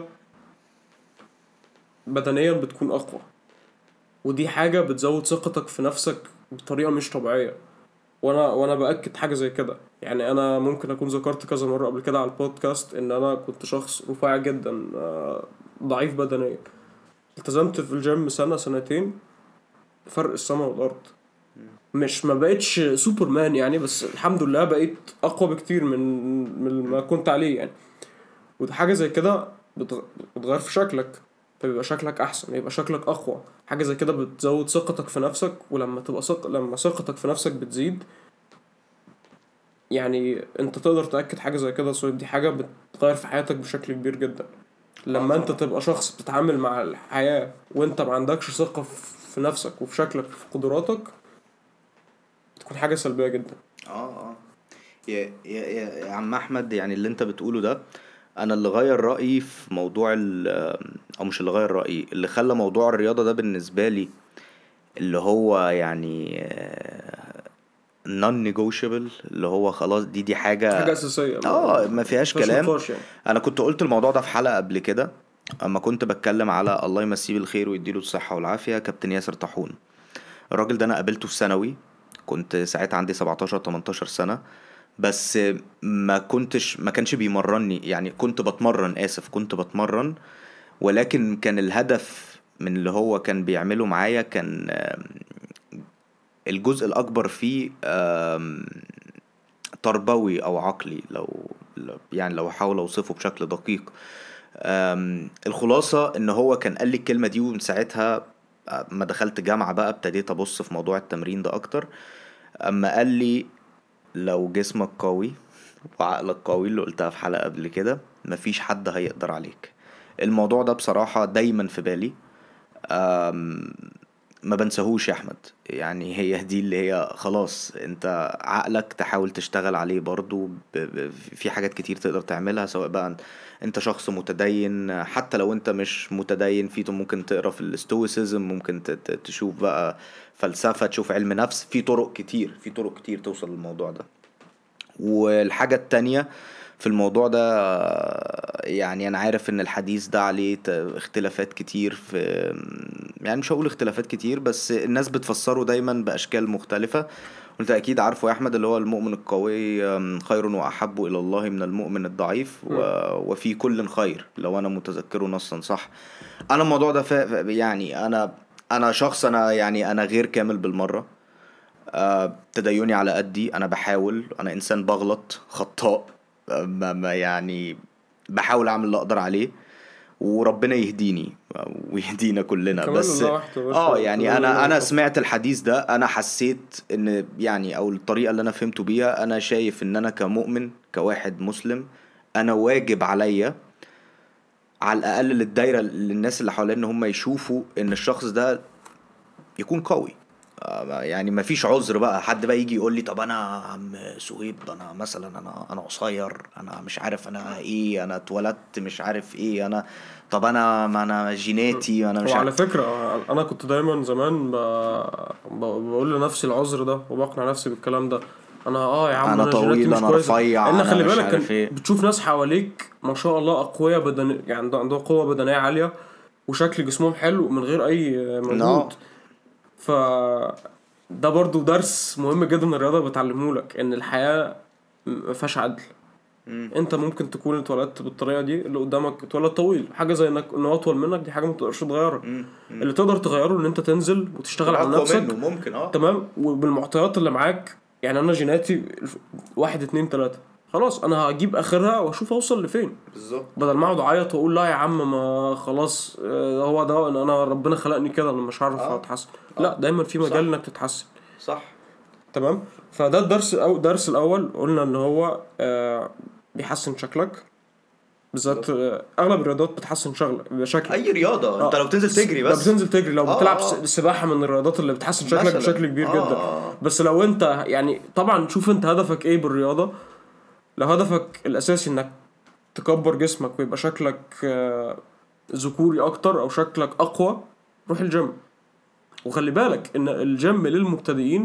بدنيا بتكون اقوى، ودي حاجة بتزود ثقتك في نفسك بطريقة مش طبيعية. وانا باكد حاجه زي كده. يعني انا ممكن اكون ذكرت كذا مره قبل كده على البودكاست ان انا كنت شخص رفيع جدا، ضعيف بدنيا. التزمت في الجيم سنه سنتين، فرق السماء والارض. مش ما بقتش سوبرمان يعني، بس الحمد لله بقيت اقوى بكتير من ما كنت عليه يعني. وده حاجه زي كده بتغير في شكلك، فبيبقى شكلك احسن، يبقى شكلك اقوى. حاجه زي كده بتزود ثقتك في نفسك، ولما تبقى لما ثقتك في نفسك بتزيد، يعني انت تقدر تأكد حاجه زي كده. سو دي حاجه بتغير في حياتك بشكل كبير جدا. اه لما انت طبعا. تبقى شخص بتتعامل مع الحياه وانت ما عندكش ثقه في نفسك وفي شكلك وفي قدراتك، تكون حاجه سلبيه جدا. اه يا عم احمد، يعني اللي انت بتقوله ده، انا اللي غير رأيي في موضوع او مش اللي غير رأيي، اللي خلى موضوع الرياضة ده بالنسبة لي اللي هو يعني non negotiable، اللي هو خلاص دي حاجه حاجة اساسيه، ما ما فيهاش فيهاش كلام. نقاش يعني. انا كنت قلت الموضوع ده في حلقة قبل كده، اما كنت بتكلم على الله يمسيه بالخير ويديله الصحة والعافية، كابتن ياسر طاحون. الراجل ده انا قابلته في ثانوي، كنت ساعتها عندي 17 18 سنة. بس ما كانش بيمرني، يعني كنت بتمرن، آسف كنت بتمرن، ولكن كان الهدف من اللي هو كان بيعمله معايا كان الجزء الأكبر فيه تربوي أو عقلي، يعني لو أحاول أوصفه بشكل دقيق. الخلاصة إن هو كان قال لي الكلمة دي، ومن ساعتها ما دخلت جامعة بقى ابتديت أبص في موضوع التمرين ده أكتر. أما قال لي لو جسمك قوي وعقلك قوي، اللي قلتها في حلقة قبل كده، مفيش حد هيقدر عليك. الموضوع ده بصراحة دايما في بالي، ما بنساهوش يا احمد. يعني هي دي اللي هي خلاص، انت عقلك تحاول تشتغل عليه برضو، في حاجات كتير تقدر تعملها، سواء بقى انت شخص متدين، حتى لو انت مش متدين، ممكن تقرا في الاستويسيزم، ممكن تشوف بقى فلسفة، تشوف علم نفس، في طرق كتير توصل للموضوع ده. والحاجة التانية في الموضوع ده، يعني انا عارف ان الحديث ده عليه اختلافات كتير، في يعني مش هقول اختلافات كتير، بس الناس بتفسره دايما باشكال مختلفة. وانت اكيد عارفه يا احمد، اللي هو المؤمن القوي خير واحب الى الله من المؤمن الضعيف، مم. وفي كل خير، لو انا متذكره نصا صح. انا الموضوع ده يعني انا شخص، انا غير كامل بالمرة. تديني على قدي، انا بحاول، انا انسان بغلط خطاء، ما يعني بحاول اعمل اللي اقدر عليه، وربنا يهديني ويهدينا كلنا. كمان بس لله وحده يا باشا، يعني تدعو لله انا وتوكل. سمعت الحديث ده، انا حسيت ان يعني، او الطريقة اللي انا فهمته بيها، انا شايف ان انا كمؤمن، كواحد مسلم، انا واجب عليا على الاقل للدايرة، للناس اللي حواليا، ان هم يشوفوا ان الشخص ده يكون قوي. يعني مفيش عذر بقى حد بقى يجي يقول لي طب انا عم سهيب، انا مثلا انا قصير، انا مش عارف انا ايه، انا اتولدت مش عارف ايه، انا طب انا ما انا مم. جيناتي، انا مش عارف. وعلى فكرة أنا كنت دايما زمان بقول لنفسي العذر ده وبقنع نفسي بالكلام ده. أنا يا عم انا أنا جيناتي طويل، مش انا كويسة. رفيع، لأن انا خلي مش بالك كان عارف ايه. بتشوف ناس حواليك ما شاء الله أقوياء بدنيا، يعني عندهم قوة بدنية عالية وشكل جسمهم حلو من غير أي اه. مجهود. ف ده برضو درس مهم جدا الرياضة بتعلمه لك، إن الحياة ما فيهاش عدل. مم. انت ممكن تكون اتولدت بالطريقه دي، اللي قدامك اتولد طويل، حاجه زي انه اطول منك، دي حاجه ما تقدرش تغيرها. مم. اللي تقدر تغيره ان انت تنزل وتشتغل تبقى على اقوى منه نفسك. ممكن. تمام، وبالمعطيات اللي معاك. يعني انا جيناتي 1 2 3، خلاص انا هجيب اخرها واشوف اوصل لفين. بالظبط. بدل ما اقعد اعيط واقول لا يا عم ما خلاص، هو ده انا ربنا خلقني كده انا مش هعرف اه. اتحسن. لا، اه. دايما في مجال صح. انك تتحسن. صح. تمام. فده الدرس او الدرس الاول، قلنا ان هو بيحسن شكلك. بالذات بالظبط. اغلب الرياضات بتحسن شكلك. اي رياضة، انت لو بتنزل تجري لو بس. بتنزل تجري، لو بتلعب اه. اه. السباحه من الرياضات اللي بتحسن شكلك مثلا. بشكل كبير جدا. اه. بس لو انت يعني طبعا شوف انت هدفك ايه بالرياضه. لو هدفك الاساسي انك تكبر جسمك ويبقى شكلك ذكوري اكتر او شكلك اقوى، روح الجيم. وخلي بالك ان الجيم للمبتدئين،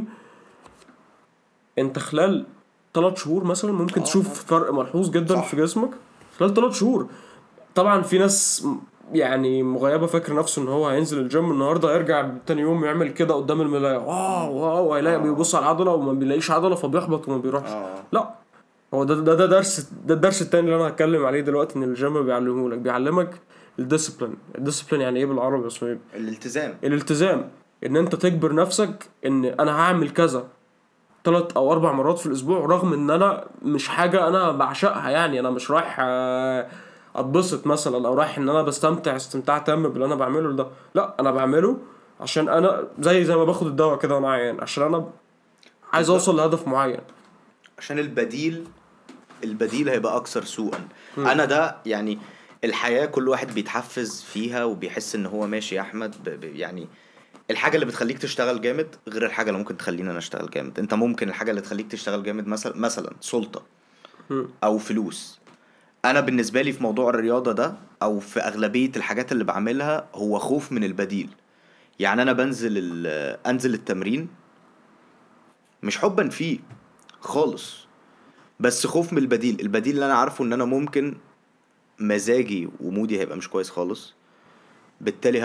انت خلال 3 شهور مثلا ممكن اه. اه. تشوف فرق ملحوظ جدا في صح. جسمك. خلال 3 شهور. طبعا في ناس يعني مغيبة فاكر نفسه ان هو هينزل الجيم النهارده يرجع تاني يوم يعمل كده قدام المراية، واو واو، هيلاقي اه. بيبص على العضلة وما بيلاقيش عضلة فبيحبط وما بيروحش. اه. لا، هو ده درس، ده الدرس التاني اللي انا هتكلم عليه دلوقتي، ان الجيم بيعلمه لك، بيعلمك الديسيبلين. الديسيبلين يعني ايه بالعربي يا اسماعيل؟ الالتزام. الالتزام. ان انت تجبر نفسك ان انا هعمل كذا 3 أو 4 مرات في الاسبوع، رغم ان انا مش حاجة انا بعشقها. يعني انا مش رايح اتبسط مثلا، او رايح ان انا بستمتع استمتاع تام باللي انا بعمله ده. لا، انا بعمله عشان انا زي ما باخد الدواء كده وانا عيان، عشان انا عايز بالظبط، اوصل لهدف معين. عشان البديل هيبقى اكثر سوءا. انا ده يعني الحياة كل واحد بيتحفز فيها وبيحس ان هو ماشي يا احمد يعني الحاجة اللي بتخليك تشتغل جامد غير الحاجة اللي ممكن تخلينا انا اشتغل جامد. انت ممكن الحاجة اللي تخليك تشتغل جامد مثلا سلطة مم. او فلوس. انا بالنسبة لي في موضوع الرياضة ده او في اغلبية الحاجات اللي بعملها هو خوف من البديل. يعني انا انزل التمرين مش حبا فيه خالص، بس خوف من البديل اللي انا عارفه ان انا ممكن مزاجي ومودي هيبقى مش كويس خالص، بالتالي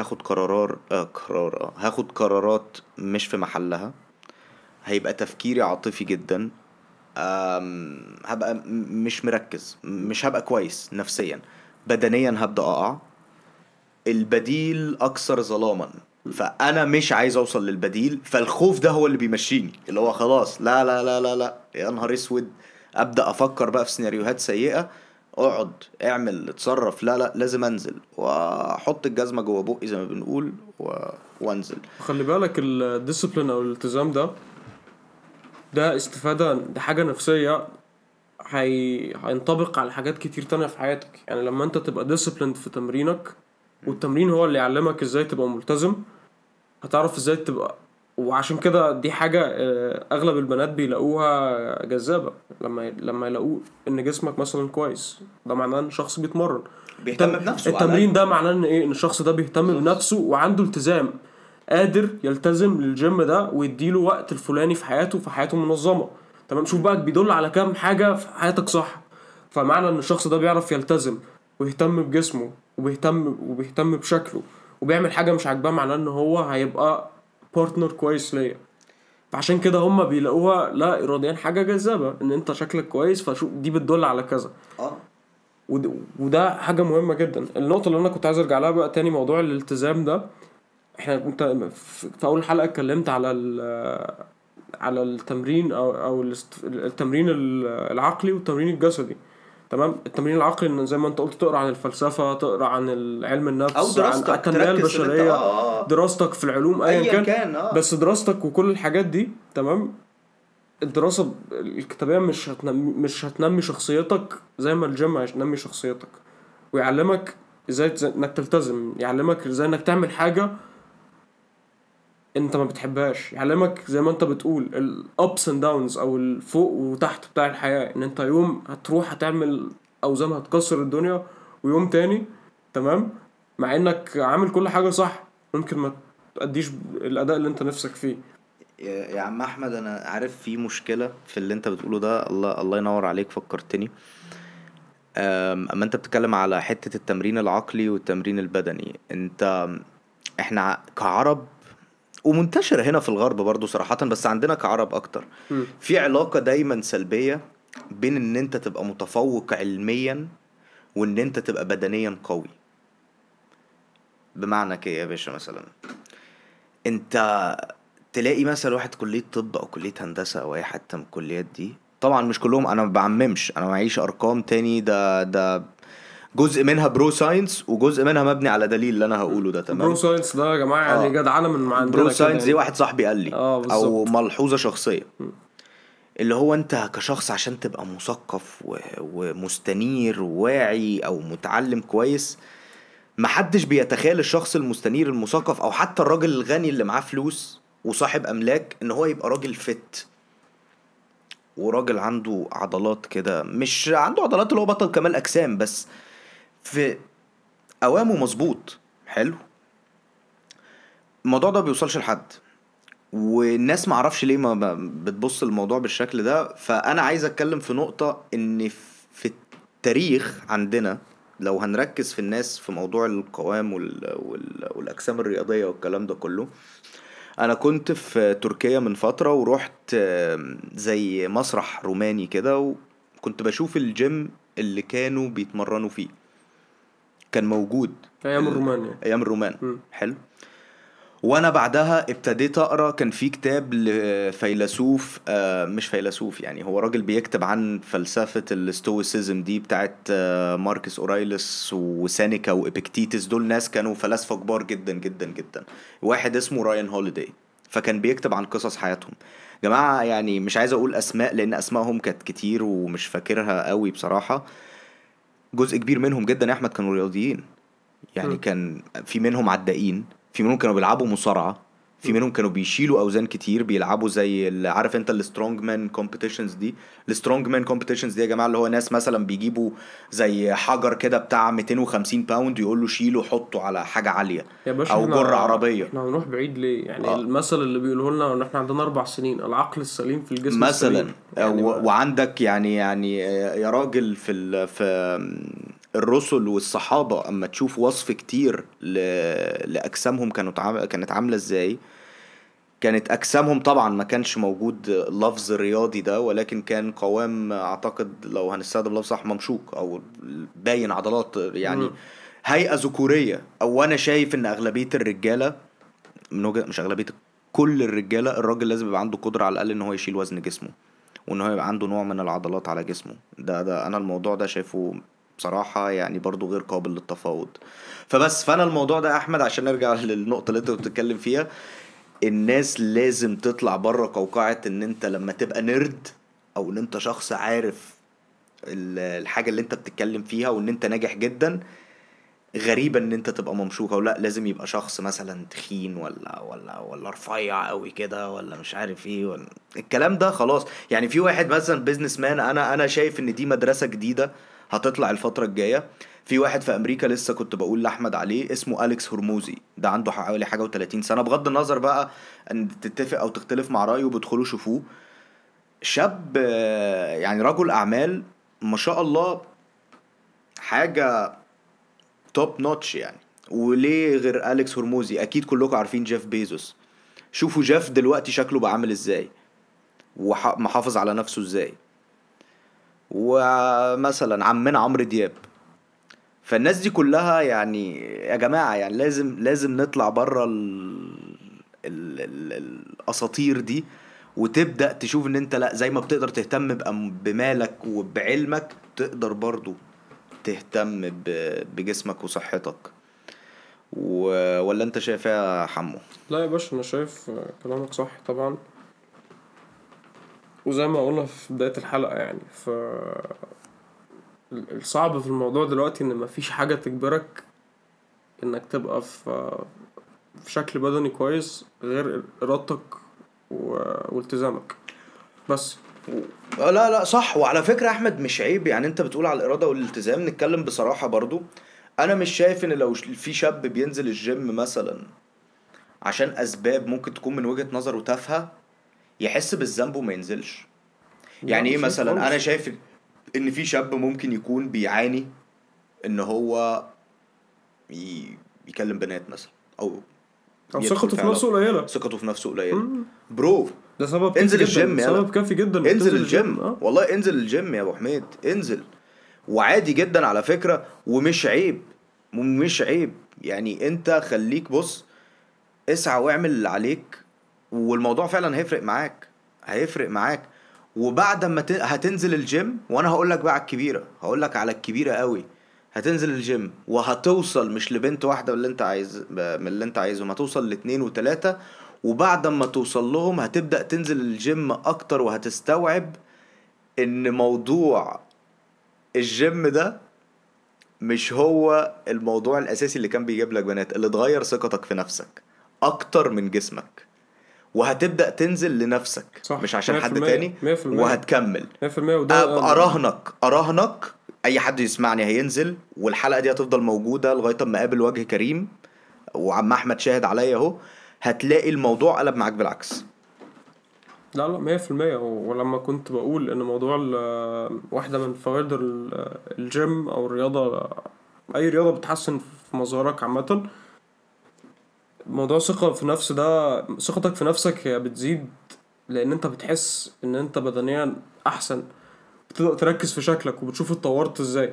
هاخد قرارات مش في محلها، هيبقى تفكيري عاطفي جدا، هبقى مش مركز، مش هبقى كويس نفسيا، بدنيا هبدأ اقع. البديل اكثر ظلاما، فانا مش عايز اوصل للبديل، فالخوف ده هو اللي بيمشيني، اللي هو خلاص لا لا لا لا لا يا نهار اسود، ابدا افكر بقى في سيناريوهات سيئه. اقعد اعمل اتصرف، لا لا لازم انزل واحط الجزمه جوه بقي زي ما بنقول وانزل. خلي بالك الديسيبلين او الالتزام ده استفادة، ده حاجة نفسية. هينطبق على حاجات كتير تانية في حياتك. يعني لما انت تبقى disciplined في تمرينك، والتمرين هو اللي يعلمك ازاي تبقى ملتزم، هتعرف ازاي تبقى. وعشان كده دي حاجة اغلب البنات بيلاقوها جذابة، لما يلاقوا ان جسمك مثلا كويس، ده معناه ان شخص بيتمرن. بيهتم بنفسه على التمرين الاقل. ده معناه ان ايه؟ ان الشخص ده بيهتم بالظبط. بنفسه وعنده التزام، قادر يلتزم للجيم ده ويديله وقت الفلاني في حياته، في حياته منظمة. تمام. شوف بقى بيدل على كام حاجة في حياتك صح. فمعنى ان الشخص ده بيعرف يلتزم ويهتم بجسمه وبيهتم بشكله وبيعمل حاجة مش عاجباه، معناه ان هو هيبقى بارتنر كويس ليا. فعشان كده هما بيلاقوها لا اراديا حاجة جذابة، ان انت شكلك كويس، فشو دي بتدل على كذا. اه. وده حاجة مهمة جدا. النقطة اللي انا كنت عايز ارجع لها بقى تاني، موضوع الالتزام ده. انت في اول حلقة اتكلمت على على التمرين او التمرين العقلي والتمرين الجسدي. تمام. التمرين العقلي ان زي ما انت قلت تقرا عن الفلسفة، تقرا عن علم او النفس، عن دراستك التنمية تركز ان انت البشرية، دراستك في العلوم ايا ايا كان. كان بس دراستك وكل الحاجات دي تمام. الدراسة الكتابية مش هتنمي شخصيتك زي ما الجيم هينمي شخصيتك. ويعلمك ازاي انك تلتزم، يعلمك ازاي انك تعمل حاجة انت ما بتحبهاش، يعلمك زي ما انت بتقول الابس اند داونز او الفوق وتحت بتاع الحياة. ان انت يوم هتروح هتعمل اوزان هتكسر الدنيا، ويوم تاني تمام مع انك عامل كل حاجة صح ممكن ما تأديش الاداء اللي انت نفسك فيه. يا عم احمد، انا عارف في مشكلة في اللي انت بتقوله ده، الله ينور عليك فكرتني. اما انت بتتكلم على حتة التمرين العقلي والتمرين البدني، احنا كعرب، ومنتشرة هنا في الغرب برضو صراحة، بس عندنا كعرب اكتر، مم. في علاقة دايما سلبية بين ان انت تبقى متفوق علميا وان انت تبقى بدنيا قوي. بمعنى كده يا باشا، مثلا انت تلاقي مثلا واحد كلية طب او كلية هندسة او اي حتة من الكليات دي، طبعا مش كلهم، انا ما بعممش، انا معيش ارقام تاني، ده جزء منها برو ساينس وجزء منها مبني على دليل اللي انا هقوله ده، برو تمام. ساينس ده يا جماعة يعني اه، جدعانة من برو عندنا كده ساينس دي يعني. واحد صاحبي قال لي، اه او بالظبط. ملحوظة شخصية، اللي هو انت كشخص عشان تبقى مثقف ومستنير وواعي او متعلم كويس، محدش بيتخيل الشخص المستنير المثقف او حتى الراجل الغني اللي معاه فلوس وصاحب املاك ان هو يبقى راجل فت، وراجل عنده عضلات كده، مش عنده عضلات اللي هو بطل كمال اجسام، بس في قوامه مظبوط حلو. الموضوع ده بيوصلش لحد، والناس معرفش ليه ما بتبص الموضوع بالشكل ده. فانا عايز اتكلم في نقطة، ان في التاريخ عندنا لو هنركز في الناس في موضوع القوام والاجسام الرياضية والكلام ده كله، انا كنت في تركيا من فترة ورحت زي مسرح روماني كده، وكنت بشوف الجيم اللي كانوا بيتمرنوا فيه، كان موجود ايام الرومان يعني. ايام الرومان. مم. حلو. وانا بعدها ابتديت اقرا، كان في كتاب لفيلسوف مش فيلسوف يعني، هو راجل بيكتب عن فلسفة الستويسيزم دي بتاعت ماركس اوريليس وسينيكا وابيكتيتس. دول ناس كانوا فلاسفة كبار جدا جدا جدا. واحد اسمه رايان هوليداي، فكان بيكتب عن قصص حياتهم. جماعة يعني مش عايز اقول اسماء لان اسمائهم كانت كتير ومش فاكرها قوي بصراحة. جزء كبير منهم جدا يا احمد كانوا رياضيين. يعني مم. كان في منهم عدائين، في منهم كانوا بيلعبوا مصارعة، في مم. منهم كانوا بيشيلوا اوزان كتير، بيلعبوا زي عارف انت السترونج مان كومبيتيشنز دي. السترونج مان كومبيتيشنز دي يا جماعه اللي هو ناس مثلا بيجيبوا زي حجر كده بتاع 250 باوند، يقول له شيله حطه على حاجه عاليه، يا باشا او جر احنا عربيه. هنروح بعيد ليه؟ يعني آه، المثل اللي بيقوله لنا ان احنا عندنا 4 سنين، العقل السليم في الجسم مثلا السليم، يعني ما. وعندك يعني يا راجل في الرسل والصحابة اما تشوف وصف كتير لأجسامهم كانت عاملة ازاي. كانت أجسامهم طبعا ما كانش موجود اللفظ الرياضي ده، ولكن كان قوام أعتقد لو هنستخدم لفظ صح ممشوق أو باين عضلات يعني. مم. هيئة ذكورية. أو أنا شايف إن أغلبية الرجالة، من وجهة مش أغلبية، كل الرجالة الراجل لازم يبقى عنده قدرة على الأقل إن هو يشيل وزن جسمه، وإن هو يبقى عنده نوع من العضلات على جسمه. ده أنا الموضوع ده شايفه بصراحة يعني برضو غير قابل للتفاوض. فأنا الموضوع ده يا أحمد عشان نرجع للنقطة اللي أنت بتتكلم فيها، الناس لازم تطلع بره قوقعة ان انت لما تبقى نرد، او ان انت شخص عارف الحاجة اللي انت بتتكلم فيها وان انت ناجح جدا، غريبة ان انت تبقى ممشوق. او لا، لازم يبقى شخص مثلا تخين ولا رفيع قوي كده ولا مش عارف ايه ولا الكلام ده. خلاص يعني في واحد مثلا بيزنس مان، انا شايف ان دي مدرسة جديدة هتطلع الفترة الجاية. في واحد في امريكا لسه كنت بقول لاحمد عليه، اسمه اليكس هرموزي. ده عنده حوالي حاجة و30 سنة، بغض النظر بقى ان تتفق او تختلف مع رأيه، بيدخلوا شوفوه. شاب يعني رجل اعمال ما شاء الله، حاجة توب نوتش يعني. وليه غير أليكس هرموزي؟ أكيد كلكم عارفين جيف بيزوس. شوفوا جيف دلوقتي شكله بقى عامل ازاي، ومحافظ على نفسه ازاي. ومثلا عمنا عمرو دياب. فالناس دي كلها يعني يا جماعة يعني لازم نطلع بره الأساطير دي، وتبدأ تشوف ان انت لا، زي ما بتقدر تهتم بمالك وبعلمك، تقدر برضو تهتم بجسمك وصحتك. ولا انت شايف ايه يا حمو؟ لا يا باشا، انا شايف كلامك صح طبعا. وزي ما قلنا في بداية الحلقة، يعني الصعب في الموضوع دلوقتي ان مفيش حاجة تجبرك انك تبقى في شكل بدني كويس غير ارادتك والتزامك بس. لا لا صح. وعلى فكرة يا احمد مش عيب يعني، انت بتقول على الارادة والالتزام، نتكلم بصراحة برضو. انا مش شايف ان لو في شاب بينزل الجيم مثلا عشان اسباب ممكن تكون من وجهة نظره تافهة، يحس بالذنب وما ينزلش. لا يعني ايه مش شايف مثلا؟ انا خالص. شايف ان في شاب ممكن يكون بيعاني ان هو يكلم بنات مثلا، او او يدخل ثقته في في نفسه علاقة. قليلة. ثقته في نفسه قليلة. مم. برو، ده سبب كافي انزل جدا، الجيم يلا. سبب كافي جدا انك انزل تنزل الجيم. الجيم والله، انزل الجيم يا ابو حميد، انزل. وعادي جدا على فكرة، ومش عيب. ومش عيب يعني. انت خليك بص، اسعى واعمل اللي عليك، والموضوع فعلا هيفرق معاك. هيفرق معاك. وبعد ما هتنزل الجيم، وانا هقول لك بقى على الكبيرة، هقول لك على الكبيرة قوي. هتنزل الجيم وهتوصل مش لبنت واحدة من اللي انت عايز، من اللي انت عايزهم هتوصل لاتنين وتلاتة. وبعد ما توصل لهم هتبدأ تنزل الجيم اكتر، وهتستوعب ان موضوع الجيم ده مش هو الموضوع الاساسي اللي كان بيجيب لك بنات. اللي اتغير ثقتك في نفسك اكتر من جسمك، وهتبدأ تنزل لنفسك مش صح، عشان حد 100%. تاني. 100%. وهتكمل. 100%. وده اراهنك اي حد يسمعني هينزل، والحلقة دي هتفضل موجودة لغاية ما اقابل وجه كريم، وعم احمد شاهد عليا اهو. هتلاقي الموضوع قلب معاك بالعكس. لا لا 100%. ولما كنت بقول ان موضوع واحدة من فوائد الجيم او الرياضة، اي رياضة بتحسن في مظهرك عامة، موضوع ثقة في نفس ده، ثقتك في نفسك هي بتزيد لان انت بتحس ان انت بدنيا احسن، بتبدأ تركز في شكلك وبتشوف اتطورت ازاي.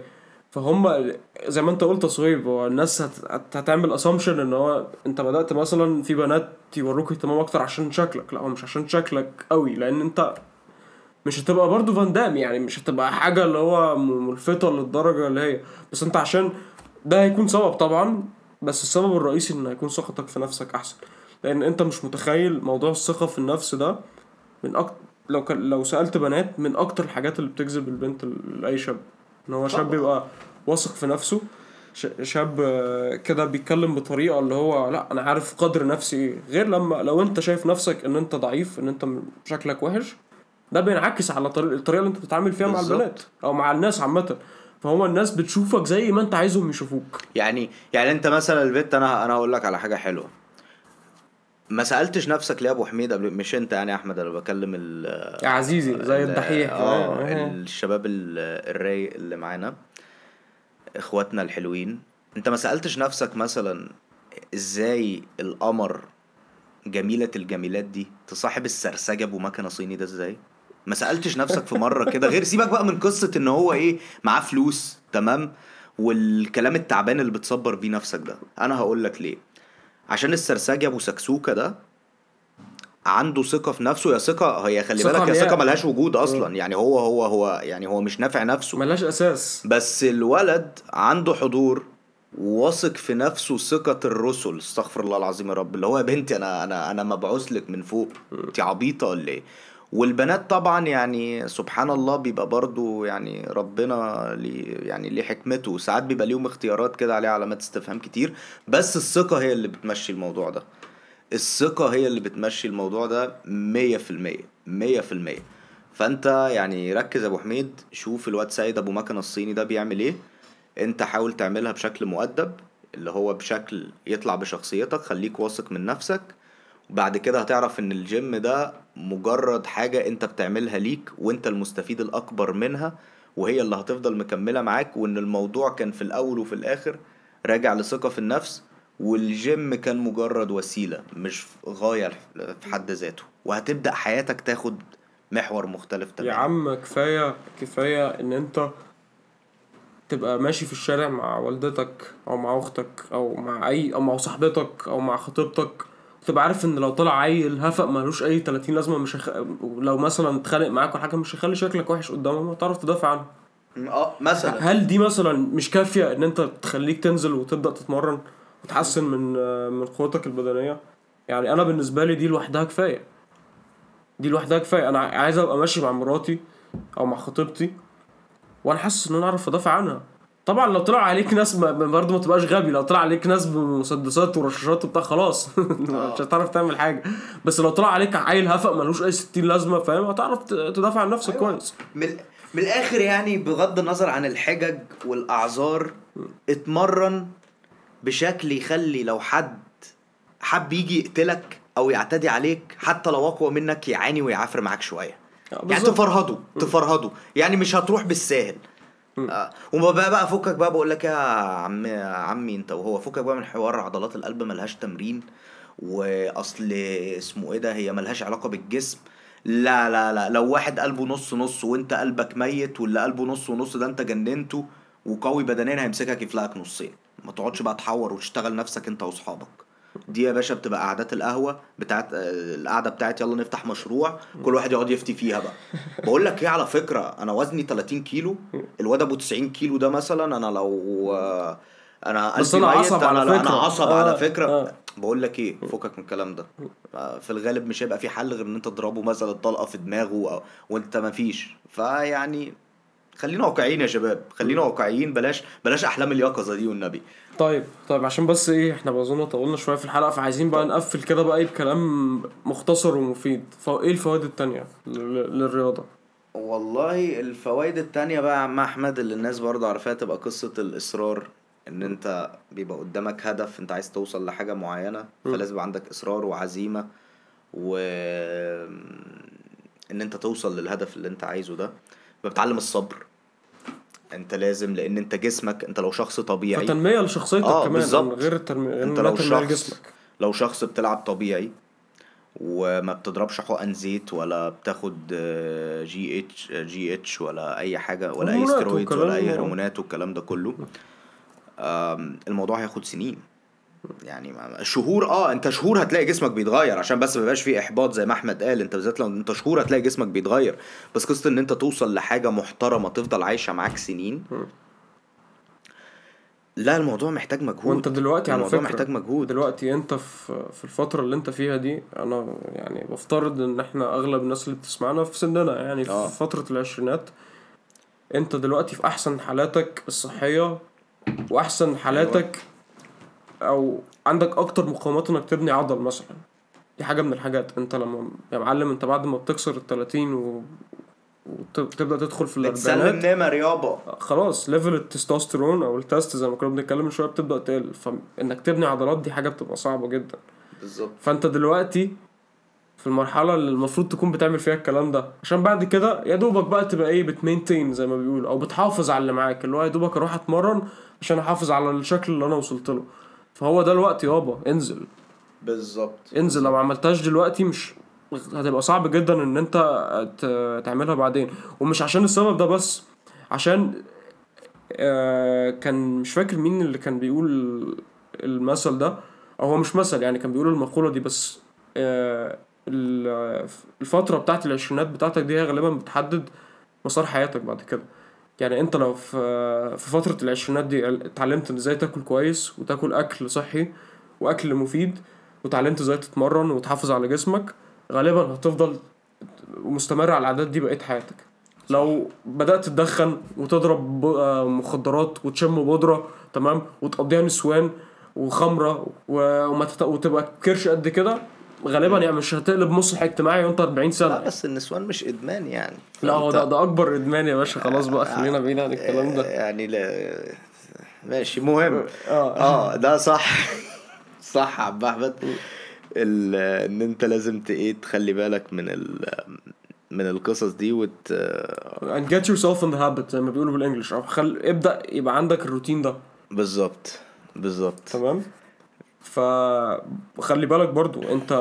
فهم زي ما انت قلت يا صهيب، هو الناس هتعمل اسامبشن ان هو انت بدأت مثلا في بنات يوروك اهتمام اكتر عشان شكلك. لا، هو مش عشان شكلك قوي، لان انت مش هتبقى برضو فان دام، يعني مش هتبقى حاجة اللي هو ملفتة للدرجة اللي هي، بس انت عشان ده هيكون سبب طبعا. بس السبب الرئيسي ان هيكون ثقتك في نفسك احسن، لان انت مش متخيل موضوع الثقة في النفس ده من لو سألت بنات، من اكتر الحاجات اللي بتجذب البنت لأي شاب، ان هو شاب طبعا. يبقى واثق في نفسه. شاب كده بيتكلم بطريقة اللي هو لا انا عارف قدر نفسي ايه، غير لما لو انت شايف نفسك ان انت ضعيف، ان انت شكلك وحش، ده بينعكس على الطريقة اللي انت بتتعامل فيها مع البنات بالظبط. او مع الناس عامة. فهو الناس بتشوفك زي ما انت عايزهم يشوفوك. يعني انت مثلا البت، انا هقول لك على حاجه حلوه. ما سالتش نفسك ليه يا ابو حميد قبل، مش انت يعني يا احمد، انا بكلم يا عزيزي زي الدحيح. الشباب الرايق اللي معانا، اخواتنا الحلوين. انت ما سالتش نفسك مثلا ازاي القمر جميله الجميلات دي تصاحب السرسجه ابو مكنه صيني ده ازاي؟ ما سالتش نفسك في مره كده؟ غير سيبك بقى من قصه ان هو ايه معاه فلوس، تمام، والكلام التعبان اللي بتصبر بيه نفسك ده. انا هقول لك ليه. عشان السرساجة ابو سكسوكة ده عنده ثقة في نفسه. يا ثقة، هي خلي ثقة بالك، يا ثقة عمياء. ملهاش وجود اصلا. يعني هو يعني هو مش نافع نفسه. ملهاش اساس. بس الولد عنده حضور، واثق في نفسه ثقة الرسل. استغفر الله العظيم يا رب. اللي هو يا بنتي، انا مبعوث لك من فوق، انت عبيطة ولا ايه؟ والبنات طبعا يعني سبحان الله بيبقى برضو يعني ربنا ليه حكمته. ساعات بيبقى ليهم اختيارات كده عليها علامات استفهام كتير. بس الثقة هي اللي بتمشي الموضوع ده. الثقة هي اللي بتمشي الموضوع ده 100%. 100%. فانت يعني ركز يا ابو حميد، شوف الواد سيد ابو مكنة الصيني ده بيعمل ايه. انت حاول تعملها بشكل مؤدب، اللي هو بشكل يطلع بشخصيتك. خليك واثق من نفسك. وبعد كده هتعرف ان الجيم ده مجرد حاجة انت بتعملها ليك، وانت المستفيد الاكبر منها، وهي اللي هتفضل مكملة معاك. وان الموضوع كان في الاول وفي الاخر راجع لثقة في النفس، والجيم كان مجرد وسيلة مش غاية في حد ذاته. وهتبدأ حياتك تاخد محور مختلف يا تماما. عم كفاية كفاية ان انت تبقى ماشي في الشارع مع والدتك او مع اختك او مع اي او مع صاحبتك او مع خطيبتك، وتبقى عارف ان لو طلع عيل هفق ملوش اي 30 لازمه، لو مثلا اتخانق معاك ولا حاجه مش هيخلي شكلك وحش قدامهم، هتعرف تدافع عنه. مثلا. هل دي مثلا مش كافيه ان انت تخليك تنزل وتبدا تتمرن وتحسن من قوتك البدنيه؟ يعني انا بالنسبه لي دي لوحدها كفايه. دي لوحدها كفايه. انا عايز ابقى ماشي مع مراتي او مع خطيبتي وانا حاسس ان انا اعرف ادافع عنها. طبعا لو طلع عليك ناس برضه ما تبقاش غبي. لو طلع عليك ناس بمسدسات ورشاشات وبتاع خلاص مش اه هتعرف تعمل حاجه. بس لو طلع عليك عيل هفق ملوش اي 60 لازمه، فاهم، هتعرف تدافع عن نفسك ايوه. كويس. من الاخر يعني، بغض النظر عن الحجج والاعذار، اتمرن بشكل يخلي لو حد حب يجي يقتلك او يعتدي عليك، حتى لو اقوى منك، يعاني ويعافر معاك شويه. يعني بالظبط. تفرهده يعني، مش هتروح بالساهل. وما بقى فكك بقى، بقول لك يا عمي انت وهو، فكك بقى من حوار عضلات القلب ملهاش تمرين، واصل اسمه ايه ده، هي ملهاش علاقة بالجسم. لا لا لا، لو واحد قلبه نص نص وانت قلبك ميت، واللي قلبه نص ونص ده انت جننته، وقوي بدنيا، هيمسكك يفلقك نصين. ما تقعدش بقى تحور وتشتغل نفسك انت واصحابك. دي يا باشا بتبقى قعدات القهوة بتاعت القعدة بتاعت يلا نفتح مشروع، كل واحد يقعد يفتي فيها بقى. بقول لك ايه، على فكرة انا وزني 30 كيلو، الواد ابو 90 كيلو ده مثلا، انا لو انا بس قلبي انا ميت، عصب على انا فكره. عصب على فكرة. اه. بقول لك ايه، فكك من الكلام ده. في الغالب مش هيبقى في حل غير ان انت تضربه مثلا طلقة في دماغه، وانت ما فيش. فيعني خلينا واقعيين يا شباب، خلينا واقعيين. بلاش احلام اليقظة دي والنبي. طيب عشان بس ايه، احنا بظن طولنا شويه في الحلقه، فعايزين بقى طب نقفل كده بقى ايه بكلام مختصر ومفيد. فايه الفوائد التانية للرياضه؟ والله الفوائد التانية بقى يا عم احمد، اللي الناس برضه عارفاها، تبقى قصة الاصرار. ان انت بيبقى قدامك هدف، انت عايز توصل لحاجة معينة، فلازم يبقى عندك اصرار وعزيمة، و ان انت توصل للهدف اللي انت عايزه ده. بتتعلم الصبر. انت لازم، لان انت جسمك، انت لو شخص طبيعي. فتنميه لشخصيتك اه كمان، بالظبط. غير انت انها تنميه لجسمك. لو شخص بتلعب طبيعي، وما بتضربش حقن زيت ولا بتاخد جي اتش ولا اي حاجه ولا اي هرمونات ستيرويدز ولا اي والكلام. هرمونات والكلام ده كله. الموضوع هياخد سنين يعني، شهور. انت شهور هتلاقي جسمك بيتغير، عشان بس ما يبقاش فيه احباط زي ما احمد قال. انت بالذات لو انت شهور هتلاقي جسمك بيتغير، بس قصه ان انت توصل لحاجه محترمه تفضل عايشه معاك سنين، لا الموضوع محتاج مجهود. وانت دلوقتي على الموضوع فكرة محتاج مجهود. دلوقتي انت في الفترة اللي انت فيها دي، انا يعني بفترض ان احنا اغلب الناس اللي بتسمعنا في سننا يعني في فترة العشرينات. انت دلوقتي في احسن حالاتك الصحية واحسن حالاتك، او عندك اكتر مقاومات انك تبني عضل مثلا. دي حاجة من الحاجات. انت لما يا معلم انت بعد ما بتكسر ال30 وتبدأ تدخل في بتسلم الاربعينات، نعمة يابا، خلاص ليفل التستوستيرون او التست زي ما كنا بنتكلم من شويه بتبدا تقل، فانك تبني عضلات دي حاجه بتبقى صعبه جدا. بالظبط. فانت دلوقتي في المرحله اللي المفروض تكون بتعمل فيها الكلام ده، عشان بعد كده يا دوبك بقى تبقى ايه، بتمينتين زي ما بيقولوا، او بتحافظ على اللي معاك، اللي هو يا دوبك اروح اتمرن عشان احافظ على الشكل اللي انا وصلت له. فهو ده الوقت يابا، انزل. بالظبط. انزل. لو ما عملتهاش دلوقتي مش هتبقى صعب جدا ان انت تعملها بعدين. ومش عشان السبب ده بس، عشان كان مش فاكر مين اللي كان بيقول المثل ده، او هو مش مثل يعني، كان بيقول المقولة دي. بس الفترة بتاعت العشرينات بتاعتك دي هي غالبا بتحدد مسار حياتك بعد كده. يعني انت لو في فترة العشرينات دي اتعلمت ازاي تاكل كويس وتاكل اكل صحي واكل مفيد، وتعلمت ازاي تتمرن وتحافظ على جسمك، غالبا هتفضل مستمر على العادات دي بقية حياتك. لو بدأت تدخن وتضرب مخدرات وتشم بودرة تمام وتقضيها نسوان وخمرة وتبقى كرش قد كده، غالبا يعني مش هتقلب مصلح اجتماعي وانت 40 سنة. لا بس النسوان مش ادمان يعني. لا هو ده اكبر ادمان يا باشا. خلاص بقى خلينا بعيد عن الكلام ده يعني. لا ماشي مهم. ده صح. صح يا عم احمد. ان انت لازم تخلي بالك من القصص دي and get yourself in the habit زي ما بيقولوا بالانجلش، او ابدأ يبقى عندك الروتين ده. بالظبط. تمام. فخلي بالك برضو انت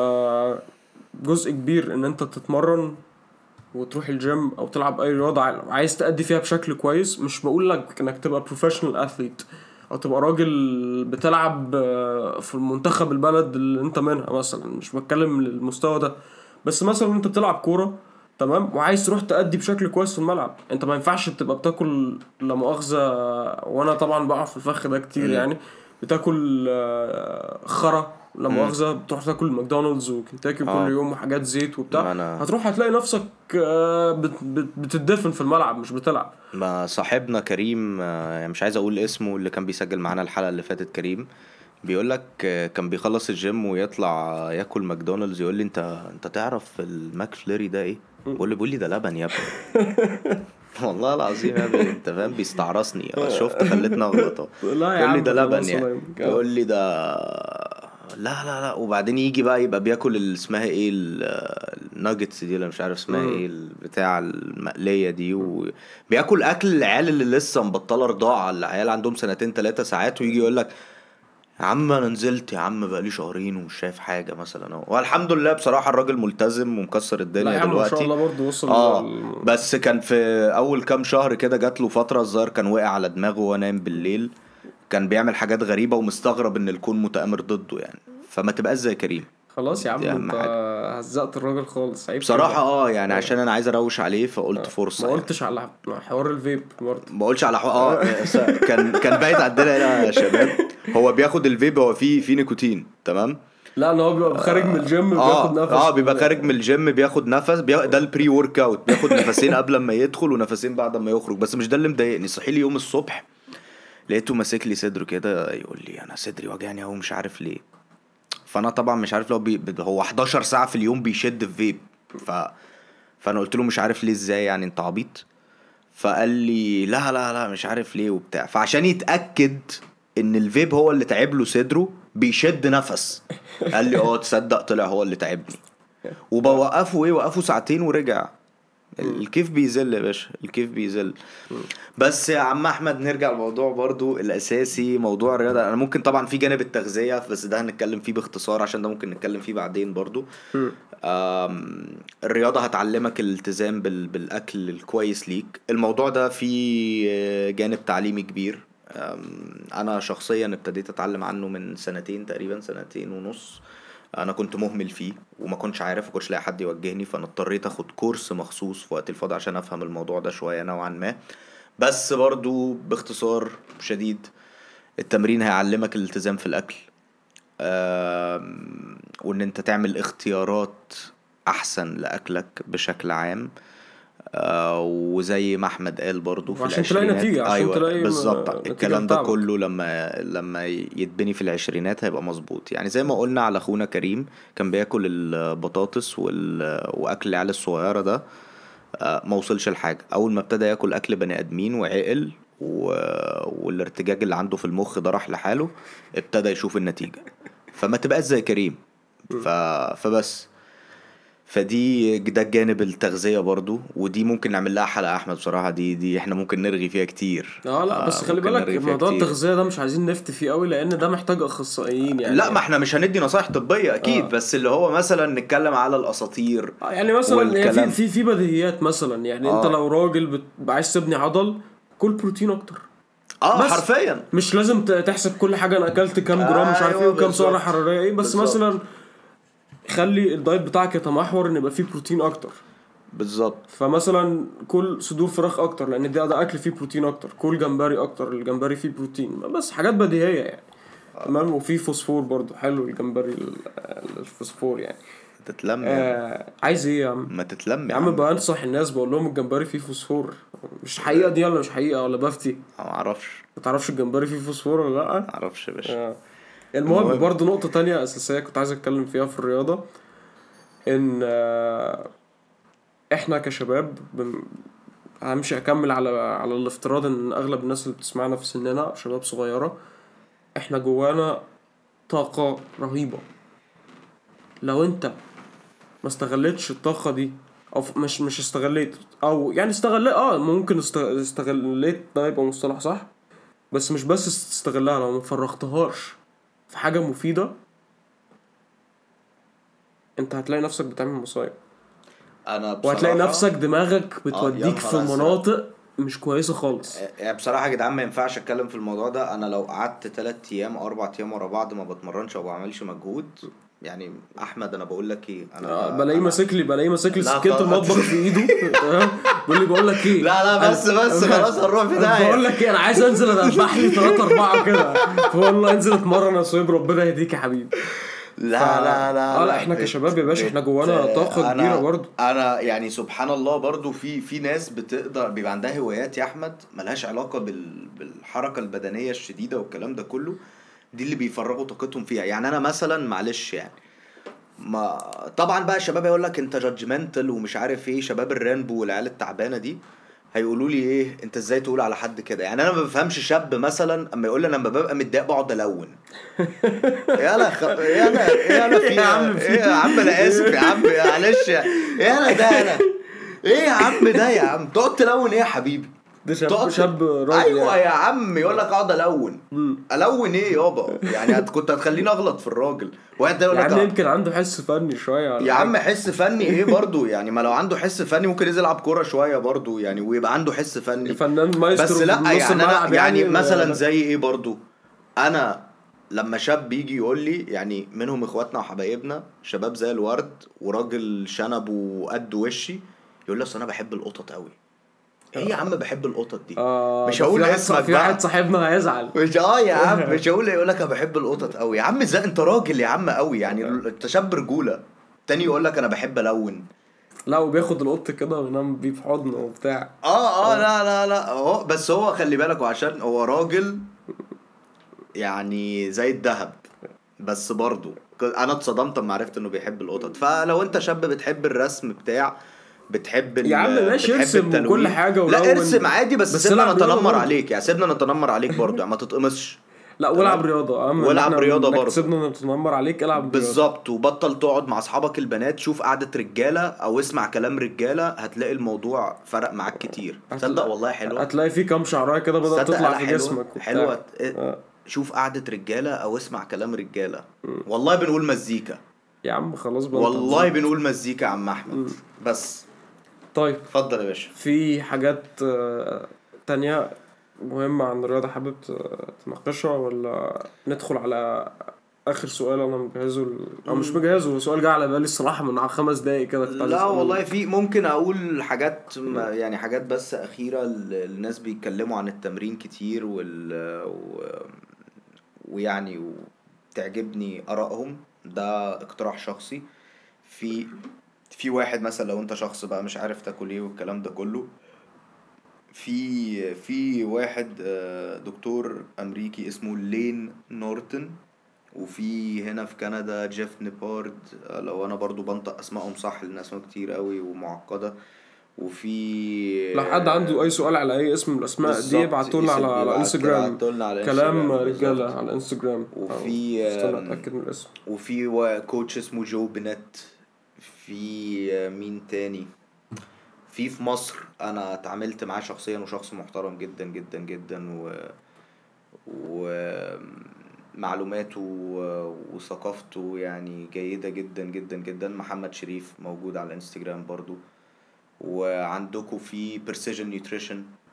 جزء كبير ان انت تتمرن وتروح الجيم او تلعب اي رياضة عايز تأدي فيها بشكل كويس. مش بقول لك انك تبقى professional athlete او تبقى راجل بتلعب في المنتخب البلد اللي انت منها مثلا، مش بتكلم للمستوى ده. بس مثلا انت بتلعب كورة تمام وعايز تروح تأدي بشكل كويس في الملعب، انت ما ينفعش تبقى بتاكل لا مؤاخذة، وانا طبعا بقع في الفخ ده كتير يعني، بتاكل خرا لا مؤاخذة، بتروح تاكل ماكدونالدز وكنتاكي كل يوم وحاجات زيت وبتاع، هتروح هتلاقي نفسك بتدفن في الملعب مش بتلعب. ما صاحبنا كريم، يعني مش عايز اقول اسمه، اللي كان بيسجل معانا الحلقة اللي فاتت، كريم بيقولك كان بيخلص الجيم ويطلع ياكل ماكدونالدز، يقول لي انت تعرف الماك فليري ده ايه؟ بقول لي ده لبن يا ابني. والله العظيم يا ابني انت فاهم بيستعرصني. شفت خلتنا اغلط. يقول لي ده لبن يعني، يقول لي ده لا. وبعدين يجي بقى يبقى بياكل اسمها ايه الناجتس دي، اللي مش عارف اسمها ايه، بتاع المقلية دي، وبياكل اكل العيال اللي لسه مبطله رضاعه، العيال عندهم 2-3 ساعات، ويجي يقول لك يا عم انا نزلت يا عم بقالي شهرين ومش شايف حاجه مثلا اهو. والحمد لله بصراحه الراجل ملتزم ومكسر الدنيا دلوقتي. ما شاء الله برضه وصل بس كان في اول كام شهر كده جات له فتره الظاهر كان وقع على دماغه وهو نايم بالليل، كان بيعمل حاجات غريبه ومستغرب ان الكون متآمر ضده يعني. فما تبقاش زي كريم. خلاص يا عم انت هزقت الراجل خالص. عيب بصراحه يعني عشان انا عايز اروش عليه فقلت فرصه. ما قلتش يعني على حوار الفيب برضه، ما قلتش على كان بايت عندنا هنا يا شباب. هو بياخد الفيب، هو فيه نيكوتين تمام. لا ان هو بيبقى خارج من الجيم بياخد نفس. بيبقى خارج من الجيم بياخد نفس ده البري ورك اوت، بياخد نفسين قبل ما يدخل ونفسين بعد ما يخرج. بس مش ده اللي مضايقني. صحي لي يوم الصبح لقيته ماسك لي صدره كده يقول لي انا صدري وجعني اهو مش عارف ليه. فانا طبعا مش عارف لو هو 11 ساعه في اليوم بيشد في فيب. فانا قلت له مش عارف ليه ازاي يعني انت عبيط. فقال لي لا مش عارف ليه وبتاع. فعشان يتاكد ان الفيب هو اللي تعب له صدره بيشد نفس، قال لي تصدق طلع هو اللي تعبني. وبوقفه وقفه ساعتين ورجع. الكيف بيذل يا باشا، الكيف بيذل. بس يا عم احمد نرجع للموضوع برضو الاساسي، موضوع الرياضه. انا ممكن طبعا في جانب التغذيه، بس ده هنتكلم فيه باختصار عشان ده ممكن نتكلم فيه بعدين برضو. الرياضه هتعلمك الالتزام بالاكل الكويس ليك. الموضوع ده فيه جانب تعليمي كبير. انا شخصيا ابتديت اتعلم عنه من سنتين تقريبا، سنتين ونص. انا كنت مهمل فيه وما كنتش عارف، وكنتش لاقي حد يوجهني، فانا اضطريت اخد كورس مخصوص في وقت الفاضي عشان افهم الموضوع ده شوية نوعا ما. بس برضو باختصار شديد، التمرين هيعلمك الالتزام في الاكل، وان انت تعمل اختيارات احسن لاكلك بشكل عام. وزي ما احمد قال برضو في عشان تلاقي العشرينات. نتيجة، عشان ايوه تلاقي بالظبط، نتيجة الكلام ده بتاعك. كله لما يتبني في العشرينات هيبقى مظبوط. يعني زي ما قلنا على اخونا كريم، كان بياكل البطاطس واكل العيال الصغيره ده. ما وصلش لحاجه. اول ما ابتدى ياكل اكل بني ادمين وعقل والارتجاج اللي عنده في المخ ده راح لحاله، ابتدى يشوف النتيجه. فما تبقاش زي كريم. فبس فدي ده الجانب التغذية برضو، ودي ممكن نعمل لها حلقة احمد بصراحة. دي احنا ممكن نرغي فيها كتير. لا بس خلي ممكن بالك نرغي فيها موضوع كتير. التغذية ده مش عايزين نفتي فيه قوي، لان ده محتاج اخصائيين يعني. لا، ما احنا مش هندي نصايح طبية اكيد. بس اللي هو مثلا نتكلم على الاساطير يعني مثلا والكلام. في بديهيات مثلا. يعني انت لو راجل عايز تبني عضل، كل بروتين اكتر. بس حرفيا مش لازم تحسب كل حاجة، انا اكلت كام جرام مش عارف ايه وكام سعرة حرارية ايه. بس بالزبط. مثلا خلي الدايت بتاعك يتمحور ان يبقى فيه بروتين اكتر. بالظبط. فمثلا كل صدور فراخ اكتر، لان ده اكل فيه بروتين اكتر. كل جمبري اكتر، الجمبري فيه بروتين. بس حاجات بديهية يعني. تمام. وفي فوسفور برضو حلو الجمبري، الفوسفور يعني. تتلم عايز ايه يا عم؟ ما تتلم يا عم بنصح الناس، بقول لهم الجمبري فيه فوسفور. مش حقيقة دي ولا مش حقيقة ولا بفتي؟ ما اعرفش. ما تعرفش الجمبري فيه فوسفور ولا لا؟ ما اعرفش يا باشا. المهم برضو نقطة تانية أساسية كنت عايز أتكلم فيها في الرياضة، إن إحنا كشباب همشي أكمل على الافتراض إن أغلب الناس اللي بتسمعنا في سننا شباب صغيرة. إحنا جوانا طاقة رهيبة. لو أنت ما استغلتش الطاقة دي، أو مش استغليت، أو يعني استغلت ممكن استغليت، ده يبقى مصطلح صح. بس مش بس استغلها، لو ما فرغتهاش في حاجة مفيدة، انت هتلاقي نفسك بتعمل مصايب. انا بصراحة وهتلاقي نفسك دماغك بتوديك في مناطق مش كويسة خالص. يعني بصراحة يا جدعان ما ينفعش اتكلم في الموضوع ده. انا لو قعدت 3 ايام او 4 ايام ورا بعض ما بتمرنش او بعملش مجهود، يعني احمد انا بقول لك ايه، انا بلاقي ماسك لي سكينة المطبخ في ايده. بيقول لي بقول لك ايه، لا بس خلاص هنروح في ده. بقول لك ايه، انا عايز انزل اذبح لي 3 4 كده. فقول له انزل اتمرن يا صهيب، ربنا يهديك يا حبيبي. لا احنا كشباب يا باشا احنا جوانا طاقة كبيرة برضو. انا يعني سبحان الله برضو في ناس بتقدر بيبقى عندها هوايات يا احمد ملهاش علاقة بالحركة البدنية الشديدة والكلام ده كله. دي اللي بيفرغوا طاقتهم فيها. يعني انا مثلا معلش يعني، ما طبعا بقى الشباب هيقول لك انت جادجمنتال ومش عارف ايه، شباب الرانبو والعيال التعبانه دي هيقولوا لي ايه انت ازاي تقول على حد كده. يعني انا ما بفهمش شاب مثلا اما يقول لي انا لما ببقى متضايق بقعد الون. يلا في يا عم ايه يا عم، انا اسف يا عم معلش يلا ده انا ايه يا عم ده يا عم تقعد تلون ايه يا حبيبي؟ ده شاب راجل. ايوه يا عم يقول لك اقعد الون ايه يابا؟ يعني كنت هتخليني اغلط في الراجل واحد يقول لك يعني يمكن عنده حس فني شويه يا عم حس فني ايه برضو؟ يعني ما لو عنده حس فني ممكن ينزل يلعب كوره شويه برضو يعني ويبقى عنده حس فني فنان مايسترو. بس لا يعني أنا يعني مثلا ولا... زي ايه برضو. انا لما شاب بيجي يقول لي، يعني منهم اخواتنا وحبايبنا شباب زي الورد وراجل شنب وقد وشي، يقول لي اصل انا بحب القطط قوي. ايه يا عم بحب القطط دي؟ مش هقول اسمك بقى، في واحد صاحبنا هيزعل. مش يا عم مش هقول يقول لك انا بحب القطط قوي. يا عم ازاي انت راجل يا عم قوي يعني، انت شاب رجوله. تاني يقول لك انا بحب الون. لا وبياخد القط كده وينام بيه في حضنه وبتاع. لا هو بس هو خلي بالك، وعشان هو راجل يعني زي الذهب. بس برضو انا اتصدمت لما عرفت انه بيحب القطط. فلو انت شاب بتحب الرسم بتحب يا عم ماشي ارسم كل حاجه لا ارسم عادي، بس سيبنا نتنمر عليك. يعني سيبنا نتنمر عليك برضو، يعني ما تتقمصش. لا والعب رياضه اهم، والعب رياضه برضه، كسبنا ان بتتنمر عليك، العب رياضه بالظبط. وبطل تقعد مع اصحابك البنات، شوف قعدة رجالة او اسمع كلام رجالة، هتلاقي الموضوع فرق معاك كتير. تصدق والله حلوة، هتلاقي في كام شعرايه كده بدات تصدق تطلع لا في حلوة جسمك وبتاع. حلوة. آه. شوف قعدة رجالة او اسمع كلام رجالة. والله بنقول مزيكا، يا عم خلاص بقى، انت والله هتزيد. بنقول مزيكا يا عم احمد. بس طيب اتفضل يا باشا. في حاجات تانية مهمة عن الرياضة حابب تناقشها، ولا ندخل على آخر سؤال أنا مجهزه أو مش مجهزه، هو سؤال جه على بالي الصراحة من على 5 دقايق كده كنت عايز لا أسأله والله لك. في ممكن اقول حاجات يعني حاجات بس اخيرة. الناس بيتكلموا عن التمرين كتير ويعني تعجبني ارائهم، ده اقتراح شخصي. في واحد مثلا، لو انت شخص بقى مش عارف تاكل ايه والكلام ده كله، في واحد دكتور امريكي اسمه لين نورتن، وفي هنا في كندا جيف نيبارد، لو انا برضو بنطق اسمائهم صح لان اسمائهم كتير قوي ومعقدة. وفي لو حد عنده أي سؤال على أي اسم من الأسماء دي بالظبط يبعتولنا على انستجرام، يبعتولنا على كلام انستجرام رجالة بالظبط. على انستجرام، أو وفي استنى أتأكد من الاسم. وفي كوتش اسمه جو بنت. في مين تاني؟ في مصر انا اتعاملت معاه شخصيا وشخص محترم جدا جدا جدا، ومعلوماته وثقافته يعني جيدة جدا جدا جدا. محمد شريف موجود على الانستجرام برضو. وعندكم في Precision Nutrition،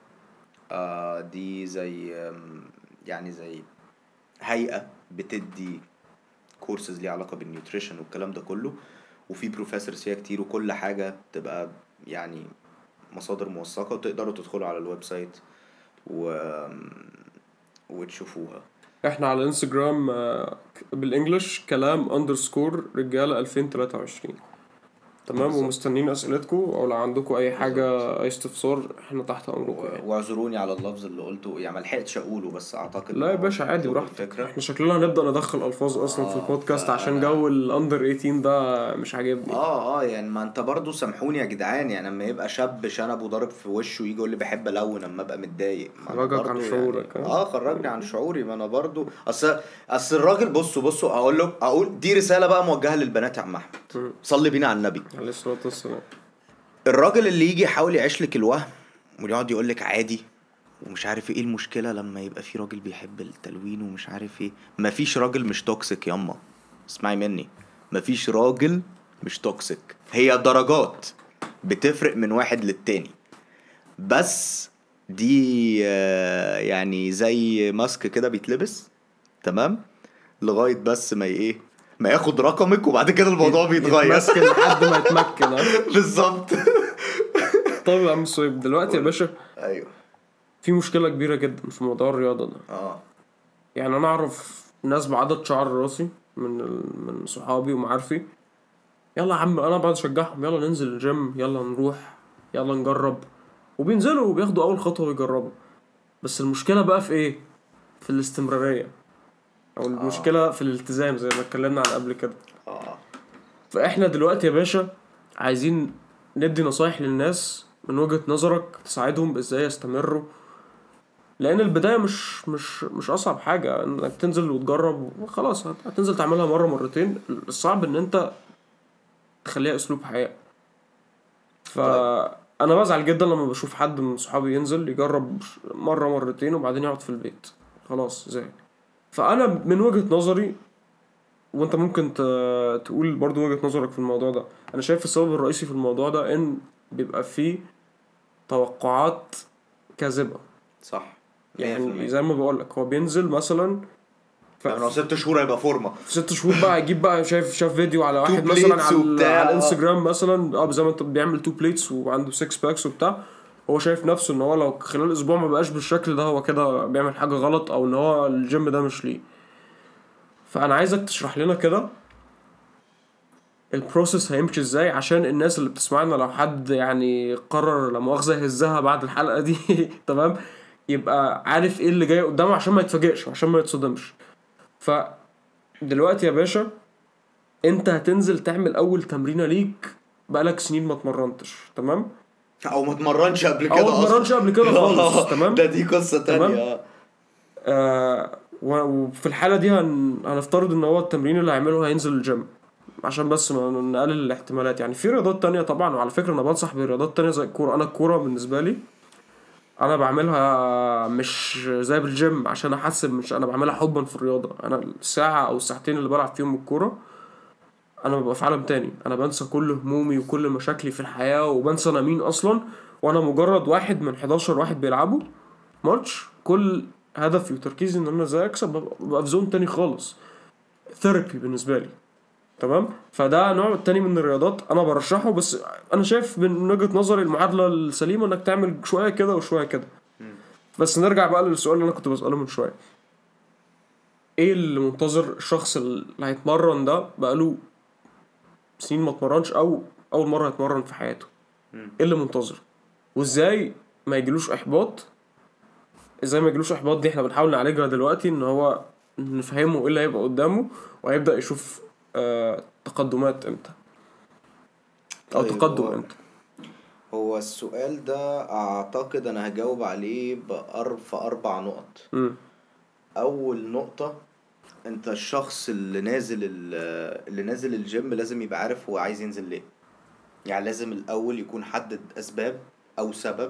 دي زي يعني زي هيئة بتدي كورسز ليها علاقة بالنيوتريشن والكلام ده كله، وفي بروفيسورز فيها كتير، وكل حاجة تبقى يعني مصادر موثقة، وتقدروا تدخلوا على الويب سايت وتشوفوها. احنا على الانستجرام بالانجلش كلام اندرسكور رجالة 2023. تمام، بالظبط. ومستنيين اسئلتكم، او لو عندكم اي حاجه اي استفسار احنا تحت امركم يعني. واعذروني على اللفظ اللي قلته، يعني ملحقتش اقوله، بس اعتقد لا يا إن هو باشا عادي بيضبط براحتك، الفكرة. احنا شكلنا هنبدا ندخل الفاظ اصلا في البودكاست عشان فأنا جو الاندر 18 ده مش عاجبني. يعني ما انت برضو سامحوني يا جدعان، يعني لما يبقى شاب شنبه ضارب في وشه يجي يقول لي بحب الون لما ابقى متضايق، ما انا خرجك عن برضو شعورك، يعني ها؟ خرجني عن شعوري. ما انا برضو اصل الراجل، بصوا اقول دي رسالة بقى موجهة للبنات يا عم احمد، صلي بينا على النبي. عليه الصلاه والسلام. الراجل اللي يجي يحاول يعيش لك الوهم ويقعد يقول لك عادي ومش عارف ايه المشكلة لما يبقى في راجل بيحب التلوين ومش عارف ايه، مفيش راجل مش توكسيك ياما، اسمعي مني، مفيش راجل مش توكسيك. هي درجات بتفرق من واحد للتاني، بس دي يعني زي ماسك كده بيتلبس، تمام، لغاية بس ما ياخد رقمك، وبعد كده الموضوع بيتغير. يتمسكن لحد ما يتمكن، ها؟ بالظبط. طيب يا عم سويب، دلوقتي يا باشا ايوه. في مشكله كبيره جدا في موضوع الرياضه ده. يعني انا اعرف ناس بعدد شعر راسي من صحابي ومعارفي، يلا يا عم انا بقعد اشجعهم، يلا ننزل الجيم، يلا نروح، يلا نجرب، وبينزلوا وبياخدوا اول خطوه ويجربوا. بس المشكله بقى في ايه؟ في الاستمراريه، او المشكله في الالتزام زي ما اتكلمنا عن قبل كده. فاحنا دلوقتي يا باشا عايزين ندي نصايح للناس من وجهة نظرك تساعدهم ازاي يستمروا، لان البدايه مش اصعب حاجه انك تنزل وتجرب وخلاص، هتنزل تعملها مره مرتين. الصعب ان انت تخليها اسلوب حياه. فانا بزعل جدا لما بشوف حد من صحابي ينزل يجرب مره مرتين وبعدين يقعد في البيت خلاص زي. فانا من وجهة نظري، وانت ممكن تقول برضو وجهة نظرك في الموضوع ده، انا شايف السبب الرئيسي في الموضوع ده ان بيبقى فيه توقعات كاذبة. صح. يعني زي ما بقولك هو بينزل مثلا يعني 6 شهور هيبقى فورمه، في 6 شهور بقى يجيب بقى شاف فيديو على واحد مثلا على الانستجرام مثلا زي ما انت بيعمل 2 بليتس وعنده 6 باكس وبتاع، هو شايف نفسه ان هو لو خلال اسبوع ما بقاش بالشكل ده هو كده بيعمل حاجة غلط، او ان هو الجيم ده مش ليه. فانا عايزك تشرح لنا كده البروسيس هيمشي ازاي، عشان الناس اللي بتسمعنا لو حد يعني قرر لا مؤاخذة يهزها بعد الحلقة دي تمام، يبقى عارف ايه اللي جاي قدامه عشان ما يتفاجئش عشان ما يتصدمش. فدلوقتي يا باشا انت هتنزل تعمل اول تمرينة ليك بقالك سنين ما اتمرنتش، تمام، او ما اتمرنش قبل كده او ما اتمرنش قبل كده خالص، تمام، دي قصة تانية. وفي الحالة دي هنفترض ان هو التمرين اللي هيعمله هينزل الجيم، عشان بس ما نقلل الاحتمالات. يعني في رياضات تانية طبعا، وعلى فكرة انا بنصح برياضات تانية زي الكورة. انا الكورة بالنسبة لي انا بعملها مش زي بالجيم عشان احسن، مش انا بعملها حبا في الرياضة. انا الساعة او الساعتين اللي بلعب فيهم الكورة انا ببقى في عالم تاني، انا بنسى كل همومي وكل مشاكلي في الحياة، وبنسى انا مين اصلا، وانا مجرد واحد من 11 واحد بيلعبوا ماتش. كل هدفي وتركيزي ان انا ازاي اكسب، ببقى في زون تاني خالص. ثيرابي بالنسبه لي. تمام. فده نوع تاني من الرياضات انا برشحه، بس انا شايف من وجهة نظري المعادله السليمه انك تعمل شويه كده وشويه كده. بس نرجع بقى للسؤال اللي انا كنت بساله من شويه، ايه اللي منتظر الشخص اللي هيتمرن ده بقاله سنين ما اتمرنش، او اول مره يتمرن في حياته؟ ايه اللي منتظر؟ وازاي ما يجيلوش احباط؟ ازاي ما يجيلوش احباط دي احنا بنحاول نعالجها دلوقتي، ان هو نفهمه ايه اللي هيبقى قدامه، وهيبدأ يشوف تقدمات امتى او طيب تقدم امتى. هو السؤال ده اعتقد انا هجاوب عليه في 4 نقط. امم. اول نقطة، انت الشخص اللي نازل الجيم لازم يبقى عارف هو عايز ينزل ليه. يعني لازم الاول يكون حدد اسباب او سبب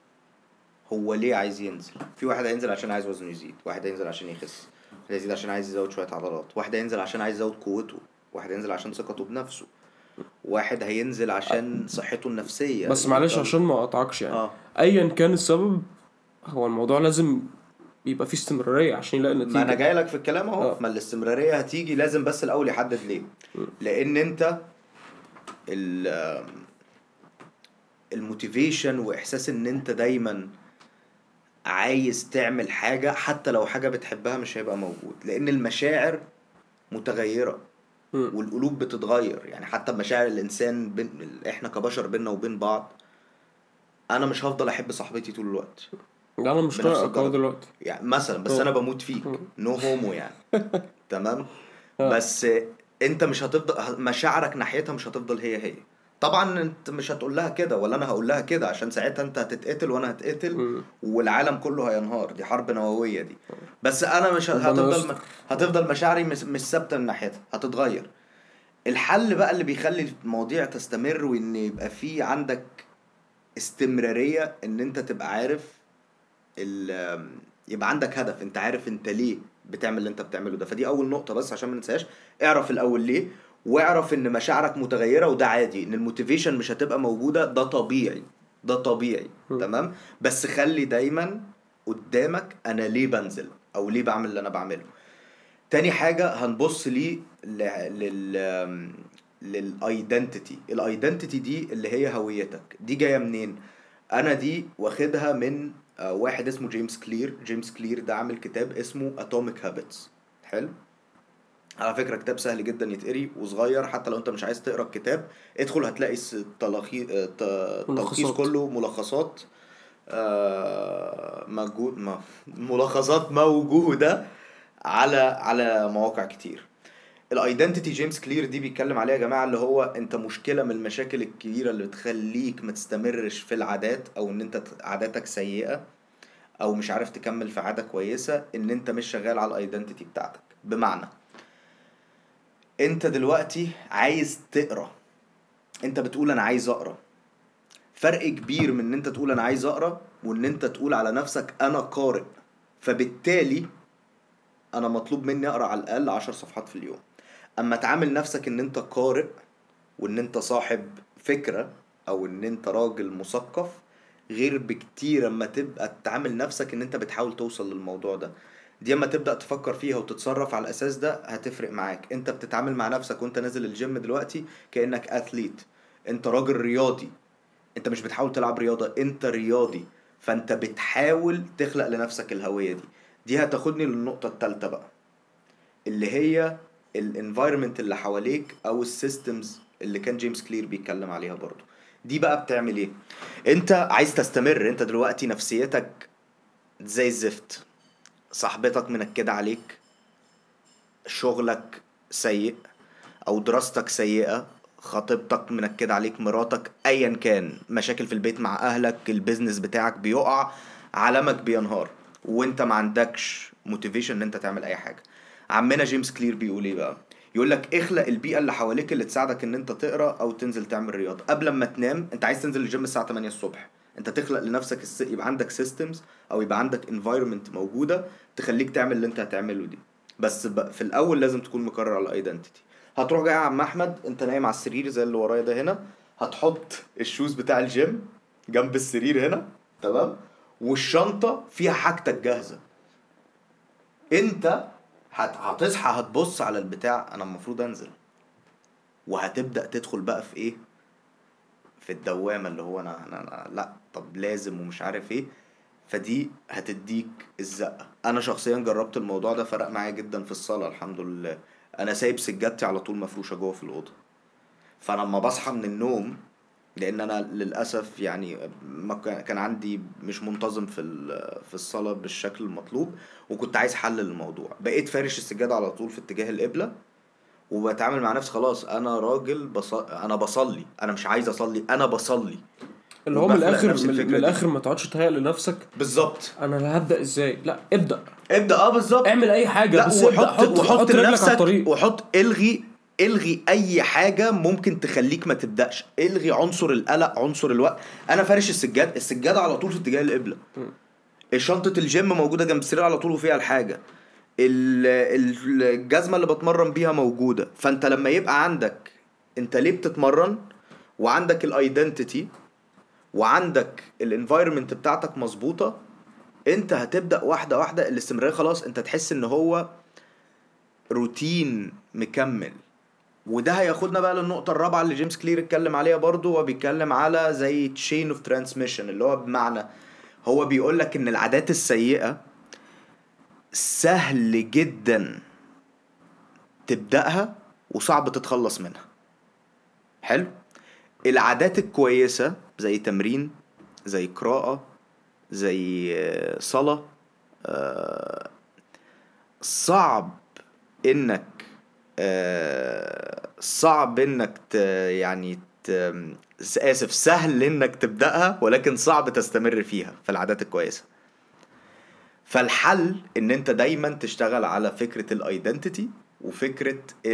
هو ليه عايز ينزل. في واحد هينزل عشان عايز وزنه يزيد، واحد هينزل عشان يخس، واحد هينزل عشان عايز يزود شوية عضلات، واحد هينزل عشان عايز يزود قوته، واحد هينزل عشان ثقته بنفسه، واحد هينزل عشان صحته النفسية بس معلش يفضل. عشان ما اقطعكش يعني، اه، ايا كان السبب، هو الموضوع لازم يبقى فيه استمرارية عشان يلاقي ما انا نتيجة. جاي لك في الكلام اهو. اه. ما الاستمرارية هتيجي، لازم بس الاول يحدد ليه. لان انت ال- الموتيفيشن واحساس ان انت دايما عايز تعمل حاجة حتى لو حاجة بتحبها مش هيبقى موجود، لان المشاعر متغيرة امم. والقلوب بتتغير. يعني حتى مشاعر الانسان احنا كبشر بينا وبين بعض، انا مش هفضل احب صاحبتي طول الوقت ده انا مش بنفس طايقك اهو الدرجة. دلوقتي. يعني مثلا، بس انا اه. بموت فيك، نو هومو يعني. تمام. اه. بس انت مش هتفضل مشاعرك ناحيتها مش هتفضل هي. طبعا انت مش هتقول لها كده ولا انا هقول لها كده، عشان ساعتها انت هتتقتل وانا هتقتل امم. والعالم كله هينهار، دي حرب نووية دي. بس انا مش ربنا هتفضل يستر. هتفضل مشاعري مش ثابتة من ناحيتها، هتتغير. الحل بقى اللي بيخلي المواضيع تستمر وان يبقى في عندك استمرارية، ان انت تبقى عارف يبقى عندك هدف، انت عارف انت ليه بتعمل اللي انت بتعمله ده. فدي اول نقطة بس عشان ما ننساش. اعرف الاول ليه، واعرف ان مشاعرك متغيرة وده عادي، ان الموتيفيشن مش هتبقى موجودة، ده طبيعي، ده طبيعي. تمام. بس خلي دايما قدامك انا ليه بنزل او ليه بعمل اللي انا بعمله. تاني حاجة هنبص ليه للايدنتيتي. الايدنتيتي دي اللي هي هويتك، دي جاية منين؟ انا دي واخدها من واحد اسمه جيمس كلير. جيمس كلير ده عامل كتاب اسمه اتوميك هابتس. حلو. على فكرة كتاب سهل جدا يتقري وصغير، حتى لو انت مش عايز تقرا الكتاب ادخل هتلاقي التلخيص ملخصات. كله ملخصات ملخصات موجودة على مواقع كتير. الايدنتيتي جيمس كلير دي بيتكلم عليها يا جماعه، اللي هو انت مشكله من المشاكل الكبيره اللي بتخليك ما تستمرش في العادات، او ان انت عاداتك سيئه، او مش عارف تكمل في عاده كويسه، ان انت مش شغال على الايدنتيتي بتاعتك. بمعنى، انت دلوقتي عايز تقرا، انت بتقول انا عايز اقرا. فرق كبير من ان انت تقول انا عايز اقرا وان انت تقول على نفسك انا قارئ. فبالتالي انا مطلوب مني اقرا على الاقل 10 صفحات في اليوم. اما تعامل نفسك ان انت قارئ وان انت صاحب فكرة او ان انت راجل مثقف، غير بكتير اما تبقى تعامل نفسك ان انت بتحاول توصل للموضوع ده. دي اما تبدأ تفكر فيها وتتصرف على الاساس ده هتفرق معاك. انت بتتعامل مع نفسك وانت نازل الجيم دلوقتي كأنك اثليت، انت راجل رياضي. انت مش بتحاول تلعب رياضة، انت رياضي. فانت بتحاول تخلق لنفسك الهوية دي. دي هتاخدني للنقطة التالتة بقى، اللي هي الانفايرمنت اللي حواليك او السيستمز اللي كان جيمس كلير بيتكلم عليها برضو. دي بقى بتعمل ايه؟ انت عايز تستمر، انت دلوقتي نفسيتك زي الزفت، صاحبتك منكدة عليك، شغلك سيء او دراستك سيئة، خطيبتك منكدة عليك، مراتك، ايا كان، مشاكل في البيت مع اهلك، البيزنس بتاعك بيقع، عالمك بينهار. وانت ما عندكش موتيفيشن ان انت تعمل اي حاجه. عمنا جيمس كلير بيقول ايه بقى؟ يقول لك اخلق البيئه اللي حواليك اللي تساعدك ان انت تقرا او تنزل تعمل رياضه. قبل ما تنام انت عايز تنزل الجيم الساعه 8 الصبح، انت تخلق لنفسك يبقى عندك سيستمز او يبقى عندك انفايرمنت موجوده تخليك تعمل اللي انت هتعمله دي. بس في الاول لازم تكون مقرر على ايدنتيتي. هتروح جاي يا عم احمد، انت نايم على السرير زي اللي ورايا ده هنا، هتحط الشوز بتاع الجيم جنب السرير هنا، تمام، والشنطه فيها حاجتك جاهزه. انت هتصحى هتبص على البتاع، انا المفروض انزل، وهتبدأ تدخل بقى في ايه، في الدوامة اللي هو أنا لا طب لازم ومش عارف ايه. فدي هتديك الزقة. انا شخصيا جربت الموضوع ده، فرق معايا جدا في الصلاة الحمد لله. انا سايب سجادتي على طول مفروشة جوه في الأوضة، فانا لما بصحى من النوم، لان انا للاسف يعني ما كان عندي مش منتظم في الصلاه بالشكل المطلوب، وكنت عايز حل للموضوع. بقيت فارش السجاده على طول في اتجاه القبله، وبتعامل مع نفسي خلاص انا راجل انا بصلي، انا مش عايز اصلي، انا بصلي. اللي هو من وبخلق الاخر نفس من الفكره دي. الاخر ما تقعدش تهيأ لنفسك بالظبط. انا هبدأ ازاي، لا ابدأ بالظبط. اعمل اي حاجه، لا بس ابدأ، حط رجلك على لنفسك، الطريق. وحط الغي اي حاجه ممكن تخليك ما تبداش. الغي عنصر القلق، عنصر الوقت. انا فارش السجاده على طول في اتجاه القبله، شنطه الجيم موجوده جنب السرير على طول وفيها الحاجه، الجزمه اللي بتمرن بيها موجوده. فانت لما يبقى عندك انت ليه بتتمرن، وعندك الايدنتيتي، وعندك الانفايرمنت بتاعتك مظبوطه، انت هتبدا واحده واحده الاستمراريه. خلاص انت تحس ان هو روتين مكمل. وده هياخدنا بقى للنقطة الرابعة اللي جيمس كلير اتكلم عليها برضو. هو بيتكلم على زي تشين اوف ترانسميشن، اللي هو بمعنى هو بيقول لك ان العادات السيئة سهل جدا تبدأها وصعب تتخلص منها. حلو. العادات الكويسة زي تمرين، زي قراءة، زي صلاة، صعب انك صعب انك يعني اسف، سهل انك تبدأها ولكن صعب تستمر فيها في العادات الكويسة. فالحل ان انت دايما تشتغل على فكرة الايدنتيتي وفكرة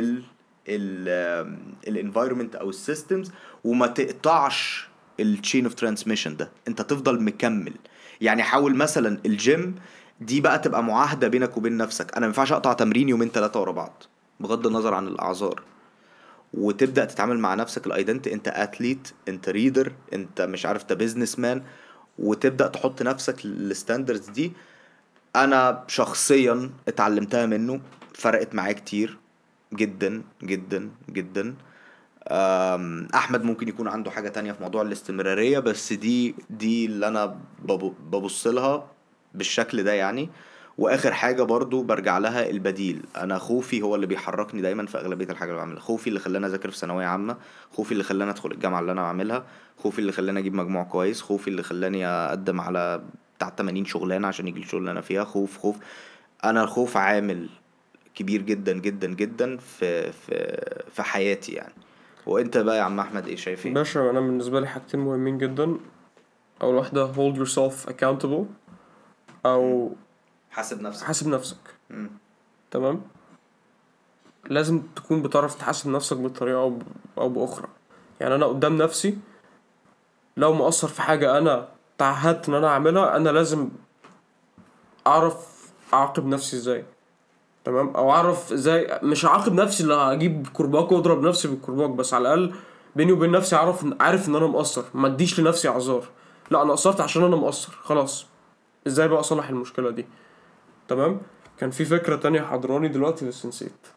الانفايرمنت او السيستمز، وما تقطعش التشين اوف ترانسميشن ده، انت تفضل مكمل. يعني حاول مثلا الجيم دي بقى تبقى معاهدة بينك وبين نفسك، انا ما ينفعش اقطع تمرين يومين 3 ورا بعض بغض النظر عن الاعذار، وتبدا تتعامل مع نفسك الايدنتي، انت اتليت، انت ريدر، انت مش عارف، انت بيزنس مان، وتبدا تحط نفسك الستاندردز دي. انا شخصيا اتعلمتها منه، فرقت معايا كتير جدا جدا جدا. احمد ممكن يكون عنده حاجة تانية في موضوع الاستمرارية، بس دي اللي انا ببص لها بالشكل ده يعني. واخر حاجة برضو برجع لها البديل. انا خوفي هو اللي بيحركني دايما في اغلبية الحاجة اللي بعملها. خوفي اللي خلاني اذاكر في ثانوية عامة، خوفي اللي خلاني ادخل الجامعة اللي انا بعملها، خوفي اللي خلاني اجيب مجموع كويس، خوفي اللي خلاني اقدم على بتاع 80 شغلانة عشان يجي الشغل اللي انا فيها. خوف. انا الخوف عامل كبير جدا جدا جدا في حياتي يعني. وانت بقى يا عم احمد ايه شايف ايه؟ باشا انا بالنسبه لي حاجتين مهمين جدا. اول واحده hold yourself accountable، او حاسب نفسك. مم. تمام. لازم تكون بتعرف تحاسب نفسك بطريقه او باخرى. يعني انا قدام نفسي لو مقصر في حاجه انا تعهدت ان انا اعملها، انا لازم اعرف اعاقب نفسي ازاي. تمام. او اعرف ازاي، مش اعاقب نفسي اللي هجيب كرباج واضرب نفسي بالكرباج، بس على الاقل بيني وبين نفسي عارف ان انا مقصر، ما اديش لنفسي اعذار. لا انا قصرت عشان انا مقصر، خلاص ازاي بقى اصلح المشكله دي. تمام. كان في فكره تانية حضراني دلوقتي بس نسيت.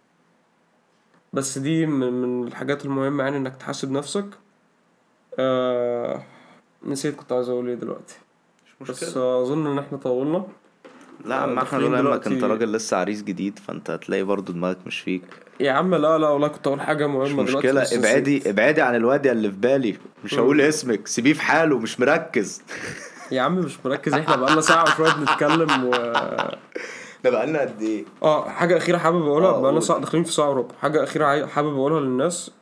بس دي من الحاجات المهمه، يعني انك تحاسب نفسك. نسيت كنت عايز اقول ايه دلوقتي. مش بس مشكلة. اظن ان احنا طولنا. لا يا عم احمد، داخلين ولا يهمك، انت دلوقتي. راجل لسه عريس جديد، فانت هتلاقي برضو دماغك مش فيك. يا عم لا والله كنت اقول حاجه مش مهمه دلوقتي مشكلة، بس نسيت. ابعدي عن الواد اللي في بالي. مش هقول اسمك، سيبيه في حاله، مش مركز. يا عم مش مركز، احنا بقالنا ساعة وشوية بنتكلم ده بقالنا قد ايه؟ حاجة أخيرة حابب أقولها، بقالنا قول. ساعة داخلين في ساعة وربع. حاجة أخيرة حابب أقولها للناس.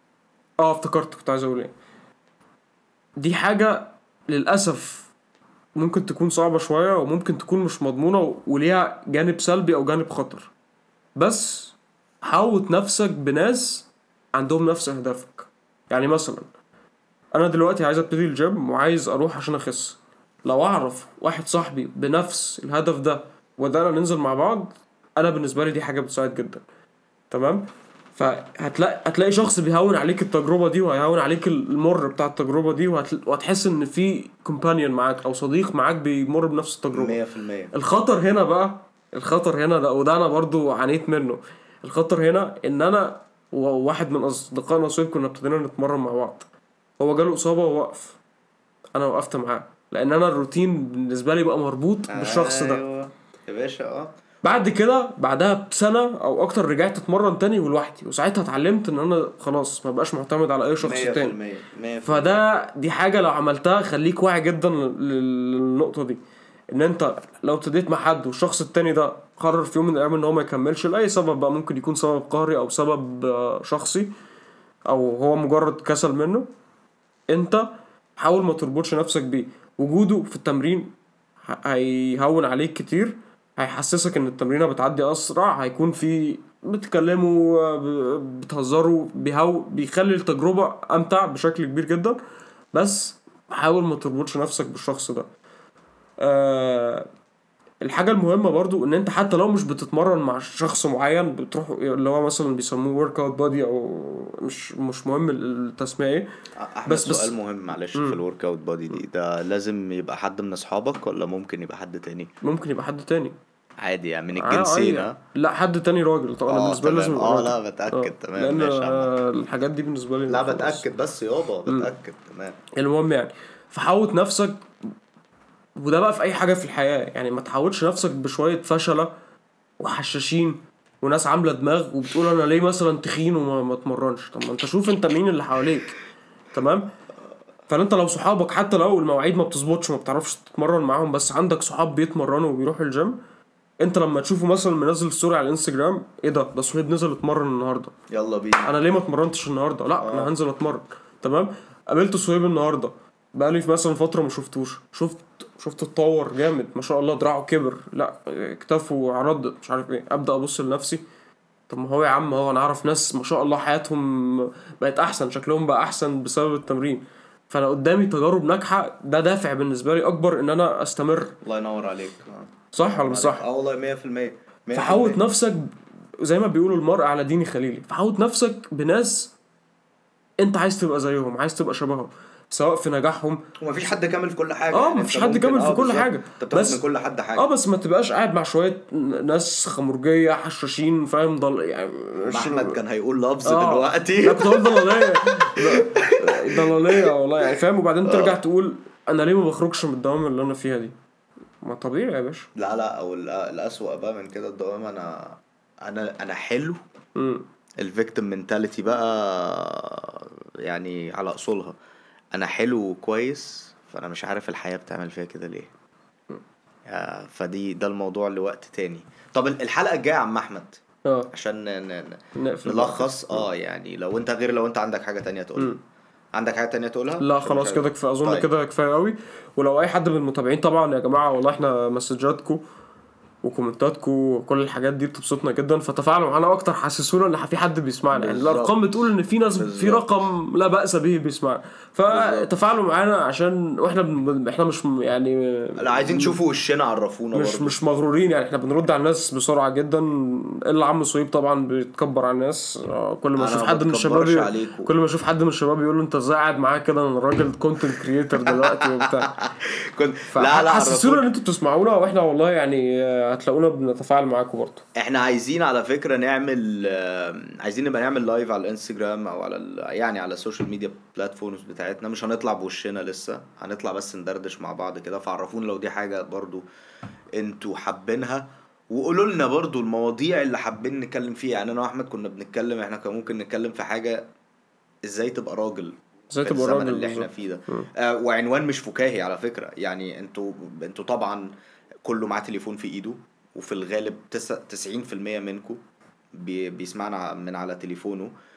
افتكرت كنت عايز أقول ايه. دي حاجة للأسف ممكن تكون صعبة شوية وممكن تكون مش مضمونة وليها جانب سلبي او جانب خطر، بس حاوط نفسك بناس عندهم نفس اهدافك. يعني مثلا انا دلوقتي عايز ابتدي الجيم وعايز اروح عشان اخس، لو اعرف واحد صاحبي بنفس الهدف ده وده ننزل مع بعض، انا بالنسبة لي دي حاجة بتساعد جدا. تمام. هتلاقي شخص بيهون عليك التجربة دي وهيهون عليك المر بتاع التجربة دي، وهتحس ان في كومبانيون معاك او صديق معاك بيمر بنفس التجربة. 100%. الخطر هنا بقى، الخطر هنا ده وده انا برضو عانيت منه. الخطر هنا ان انا وواحد من اصدقائنا صيب كنا ابتدينا نتمرن مع بعض، هو جاله اصابة ووقف، انا وقفت معاه لان انا الروتين بالنسبة لي بقى مربوط بالشخص ده. ايوه يا باشا. بعد كده بعدها بسنة او اكتر رجعت اتمرن تاني ولوحدي، وساعتها اتعلمت ان انا خلاص ما بقاش معتمد على اي شخص تاني. 100%. دي حاجة لو عملتها خليك واعي جدا للنقطة دي، ان انت لو ابتديت مع حد والشخص التاني ده قرر في يوم من الايام ان هو ما يكملش لاي سبب بقى، ممكن يكون سبب قهري او سبب شخصي او هو مجرد كسل منه، انت حاول ما تربطش نفسك بيه. وجوده في التمرين هيهون عليك كتير، هيحسسك ان التمرينة بتعدي اسرع، هيكون في بتكلموا بتهزروا، بيخلي التجربة امتع بشكل كبير جدا. بس حاول ما تربطش نفسك بالشخص ده. أه الحاجة المهمة برضو ان انت حتى لو مش بتتمرن مع شخص معين، بتروح اللي هو مثلا بيسموه workout body او مش مهم التسمية ايه. احمد بس سؤال مهم معلش، في الورك اوت بودي دي ده لازم يبقى حد من اصحابك ولا ممكن يبقى حد تاني؟ ممكن يبقى حد تاني عادي يعني من الجنسين اي، ها؟ لا حد تاني راجل طبعا، انا بالنسبة لي لازم تمام. يبقى راجل. لا بتأكد. تمام لان ماشي عامة. الحاجات دي بالنسبة لي لا خلاص. بتأكد بس يابا بتأكد. تمام. المهم يعني فحاوط نفسك، وده بقى في اي حاجة في الحياة، يعني ما تحاولش نفسك بشوية فشلة وحشاشين وناس عامله دماغ وبتقول انا ليه مثلا تخين وما ما اتمرنش. طب ما انت شوف انت مين اللي حواليك. تمام. فانت لو صحابك حتى لو المواعيد ما بتظبطش ما بتعرفش تتمرن معاهم، بس عندك صحاب بيتمرنوا وبيروحوا الجيم، انت لما تشوفه مثلا منزل ستوري على الانستجرام، ايه ده صهيب نزل اتمرن النهارده، يلا بينا. انا ليه ما اتمرنتش النهارده؟ لا انا هنزل اتمرن. تمام. قابلت صهيب النهارده بقالي في مثلا فتره ما شفتوش، شفت اتطور جامد ما شاء الله، دراعه كبر، لا كتافه عرضت مش عارف ايه، ابدا ابص لنفسي، طب ما هو يا عم هو انا اعرف ناس ما شاء الله حياتهم بقت احسن، شكلهم بقى احسن بسبب التمرين. فانا قدامي تجارب ناجحه، ده دافع بالنسبه لي اكبر ان انا استمر. الله ينور عليك. صح ولا مش صح؟ والله 100%. فحاوط نفسك زي ما بيقولوا المرء على دين خليلي، فحاوط نفسك بناس انت عايز تبقى زيهم، عايز تبقى شبههم، سواء في نجاحهم. ومفيش حد كامل في كل حاجة يعني، مفيش انت حد ممكن كامل في كل بالظبط حاجه، انت بتاخد من بس كل حد حاجة. بس ما تبقاش قاعد مع شويه ناس خمرجيه حشاشين، فاهم؟ يعني احمد كان هيقول لفظ لا دلوقتي. كنت هقول ضلاليه. ضلاليه والله يعني، فاهم؟ وبعدين ترجع تقول انا ليه ما بخرجش من الدوامه اللي انا فيها دي؟ ما طبيعي يا باشا. لا او الأسوأ بقى من كده الدوامة. انا حلو. الفيكتيم منتاليتي بقى يعني على اصولها. انا حلو وكويس، فانا مش عارف الحياة بتعمل فيها كده ليه. ده الموضوع لوقت تاني. طب الحلقة الجاية يا عم احمد، اه عشان نقفل نلخص. يعني لو انت عندك حاجة تانية تقولها. عندك حاجة تانية تقولها لا عشان مش خلاص عايز. كده كفايه، اظن طيب. كده كفايه قوي. ولو اي حد من المتابعين طبعا يا جماعه والله احنا مسجاتكم وكومنتاتكم وكل الحاجات دي بتبسطنا جدا، فتفاعلوا معانا اكتر، حسسونا ان في حد بيسمعنا، يعني الارقام بالظبط. بتقول ان في ناس في رقم لا بأس به بيسمعنا، فتفاعلوا معانا عشان احنا مش يعني لا عايزين تشوفوا وشنا، عرفونا برضو. مش مغرورين يعني، احنا بنرد على الناس بسرعه جدا. الا عم صهيب طبعا بيتكبر على الناس، كل ما انا اشوف ما حد من الشباب بتكبرش عليكم. كل ما اشوف حد من الشباب يقول له انت ازاي قاعد معاك كده، انا راجل كونتنت كريتور دلوقتي وبتاع. لا فحسسونا ان عرفونا. انتوا بتسمعونا، واحنا والله يعني هتلاقونا بنتفاعل معاكم برضه. احنا عايزين على فكرة نعمل عايزين نبقى نعمل لايف على الانستجرام او على يعني على السوشيال ميديا بلاتفورمز بتاعتنا. مش هنطلع بوشنا لسه، هنطلع بس ندردش مع بعض كده. فعرفونا لو دي حاجة برضو انتوا حابينها، وقولوا لنا برضو المواضيع اللي حابين نتكلم فيها. يعني انا واحمد كنا بنتكلم، احنا كان ممكن نتكلم في حاجة ازاي تبقى راجل ازاي في تبقى الزمن راجل اللي احنا بالظبط. فيه ده. وعنوان مش فكاهي على فكرة. يعني انتوا طبعا كله معاه تليفون في ايده، وفي الغالب 90% منكم بيسمعنا من على تليفونه.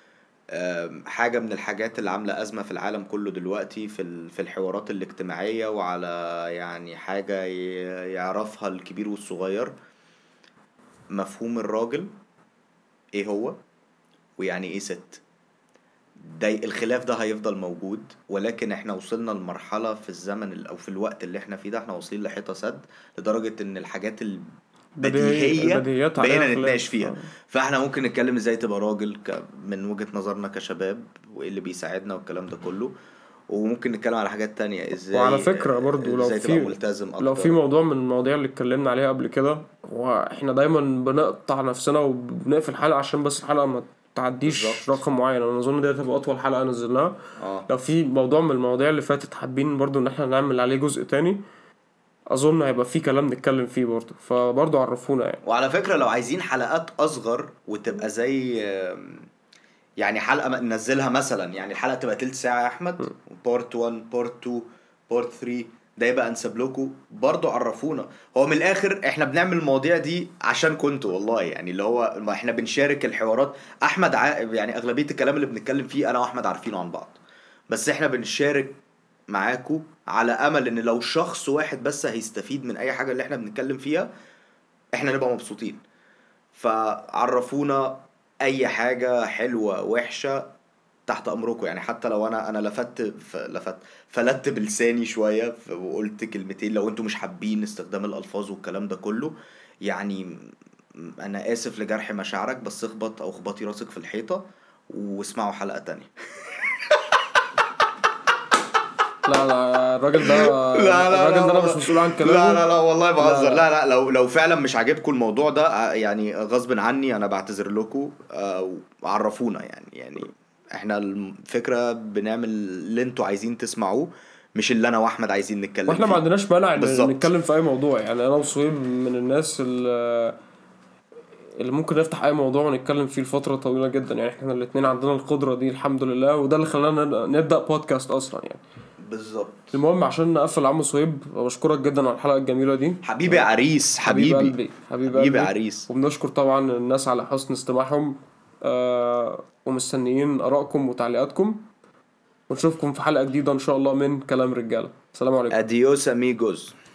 حاجة من الحاجات اللي عاملة أزمة في العالم كله دلوقتي في الحوارات الاجتماعية، وعلى يعني حاجة يعرفها الكبير والصغير. مفهوم الراجل ايه هو، ويعني ايه ست. ده الخلاف ده هيفضل موجود، ولكن احنا وصلنا لمرحلة في الزمن او في الوقت اللي احنا فيه ده، احنا واصلين لحيطة سد، لدرجة ان الحاجات البديهية البديهيات عليها بقينا نتناقش خلاف فيها. فاحنا ممكن نتكلم ازاي تبقى راجل من وجهة نظرنا كشباب، وايه اللي بيساعدنا والكلام ده كله. وممكن نتكلم على حاجات تانية، وعلى ازاي فكرة برضو ازاي تبقى ملتزم لو في اكتر. موضوع من المواضيع اللي اتكلمنا عليها قبل كده، واحنا دايما بنقطع نفسنا وبنقفل الحلقة عشان بس الحلقة ما تعديش بالظبط. رقم معين. انا اظن دي هتبقى اطول حلقة نزلناها. اه لو في موضوع من المواضيع اللي فاتت حابين برضو ان احنا نعمل عليه جزء تاني، اظن هيبقى في كلام نتكلم فيه برضو، فبرضو عرفونا يعني. وعلى فكرة لو عايزين حلقات أصغر وتبقى زي يعني حلقة ننزلها مثلا، يعني الحلقة تبقى تلت ساعة يا أحمد، بارت 1 بارت 2 بارت 3، ده يبقى أنسب لكم برضو. عرفونا. هو من الآخر إحنا بنعمل المواضيع دي عشان كنتوا والله، يعني اللي هو ما إحنا بنشارك الحوارات. أحمد يعني أغلبية الكلام اللي بنتكلم فيه أنا وأحمد عارفينه عن بعض، بس إحنا بنشارك معاكو على أمل إن لو شخص واحد بس هيستفيد من أي حاجة اللي إحنا بنتكلم فيها، إحنا نبقى مبسوطين. فعرفونا اي حاجة حلوة وحشة، تحت امركم. يعني حتى لو انا فلت بلساني شوية وقلت كلمتين، لو انتوا مش حابين استخدام الالفاظ والكلام ده كله، يعني انا اسف لجرح مشاعرك، بس اخبط او اخبطي راسك في الحيطة واسمعوا حلقة تانية. لا لا، الراجل ده لا لا لا الراجل ده انا والله. مش مسؤول عن لا كلامه. لا لا والله لا بهزر. لا لا لا، لو فعلا مش عاجبكم الموضوع ده يعني غصب عني انا بعتذر لكم. عرفونا يعني احنا الفكرة بنعمل اللي انتوا عايزين تسمعوه، مش اللي انا واحمد عايزين نتكلم واحنا ما فيه. عندناش مانع إن بالظبط. نتكلم في اي موضوع. يعني انا وصهيب من الناس اللي ممكن نفتح اي موضوع ونتكلم فيه لفتره طويله جدا. يعني احنا الاتنين عندنا القدره دي الحمد لله، وده اللي خلانا نبدا بودكاست اصلا يعني. بالظبط. المهم عشان نقفل عم صهيب، بشكرك جدا على الحلقه الجميله دي. حبيبي يا عريس، حبيب حبيبي. قلبي حبيب حبيبي يا قلبي. عريس. وبنشكر طبعا الناس على حسن استماعهم. ومستنيين ارائكم وتعليقاتكم، ونشوفكم في حلقه جديده ان شاء الله من كلام رجاله. السلام عليكم. اديوس اميجوز.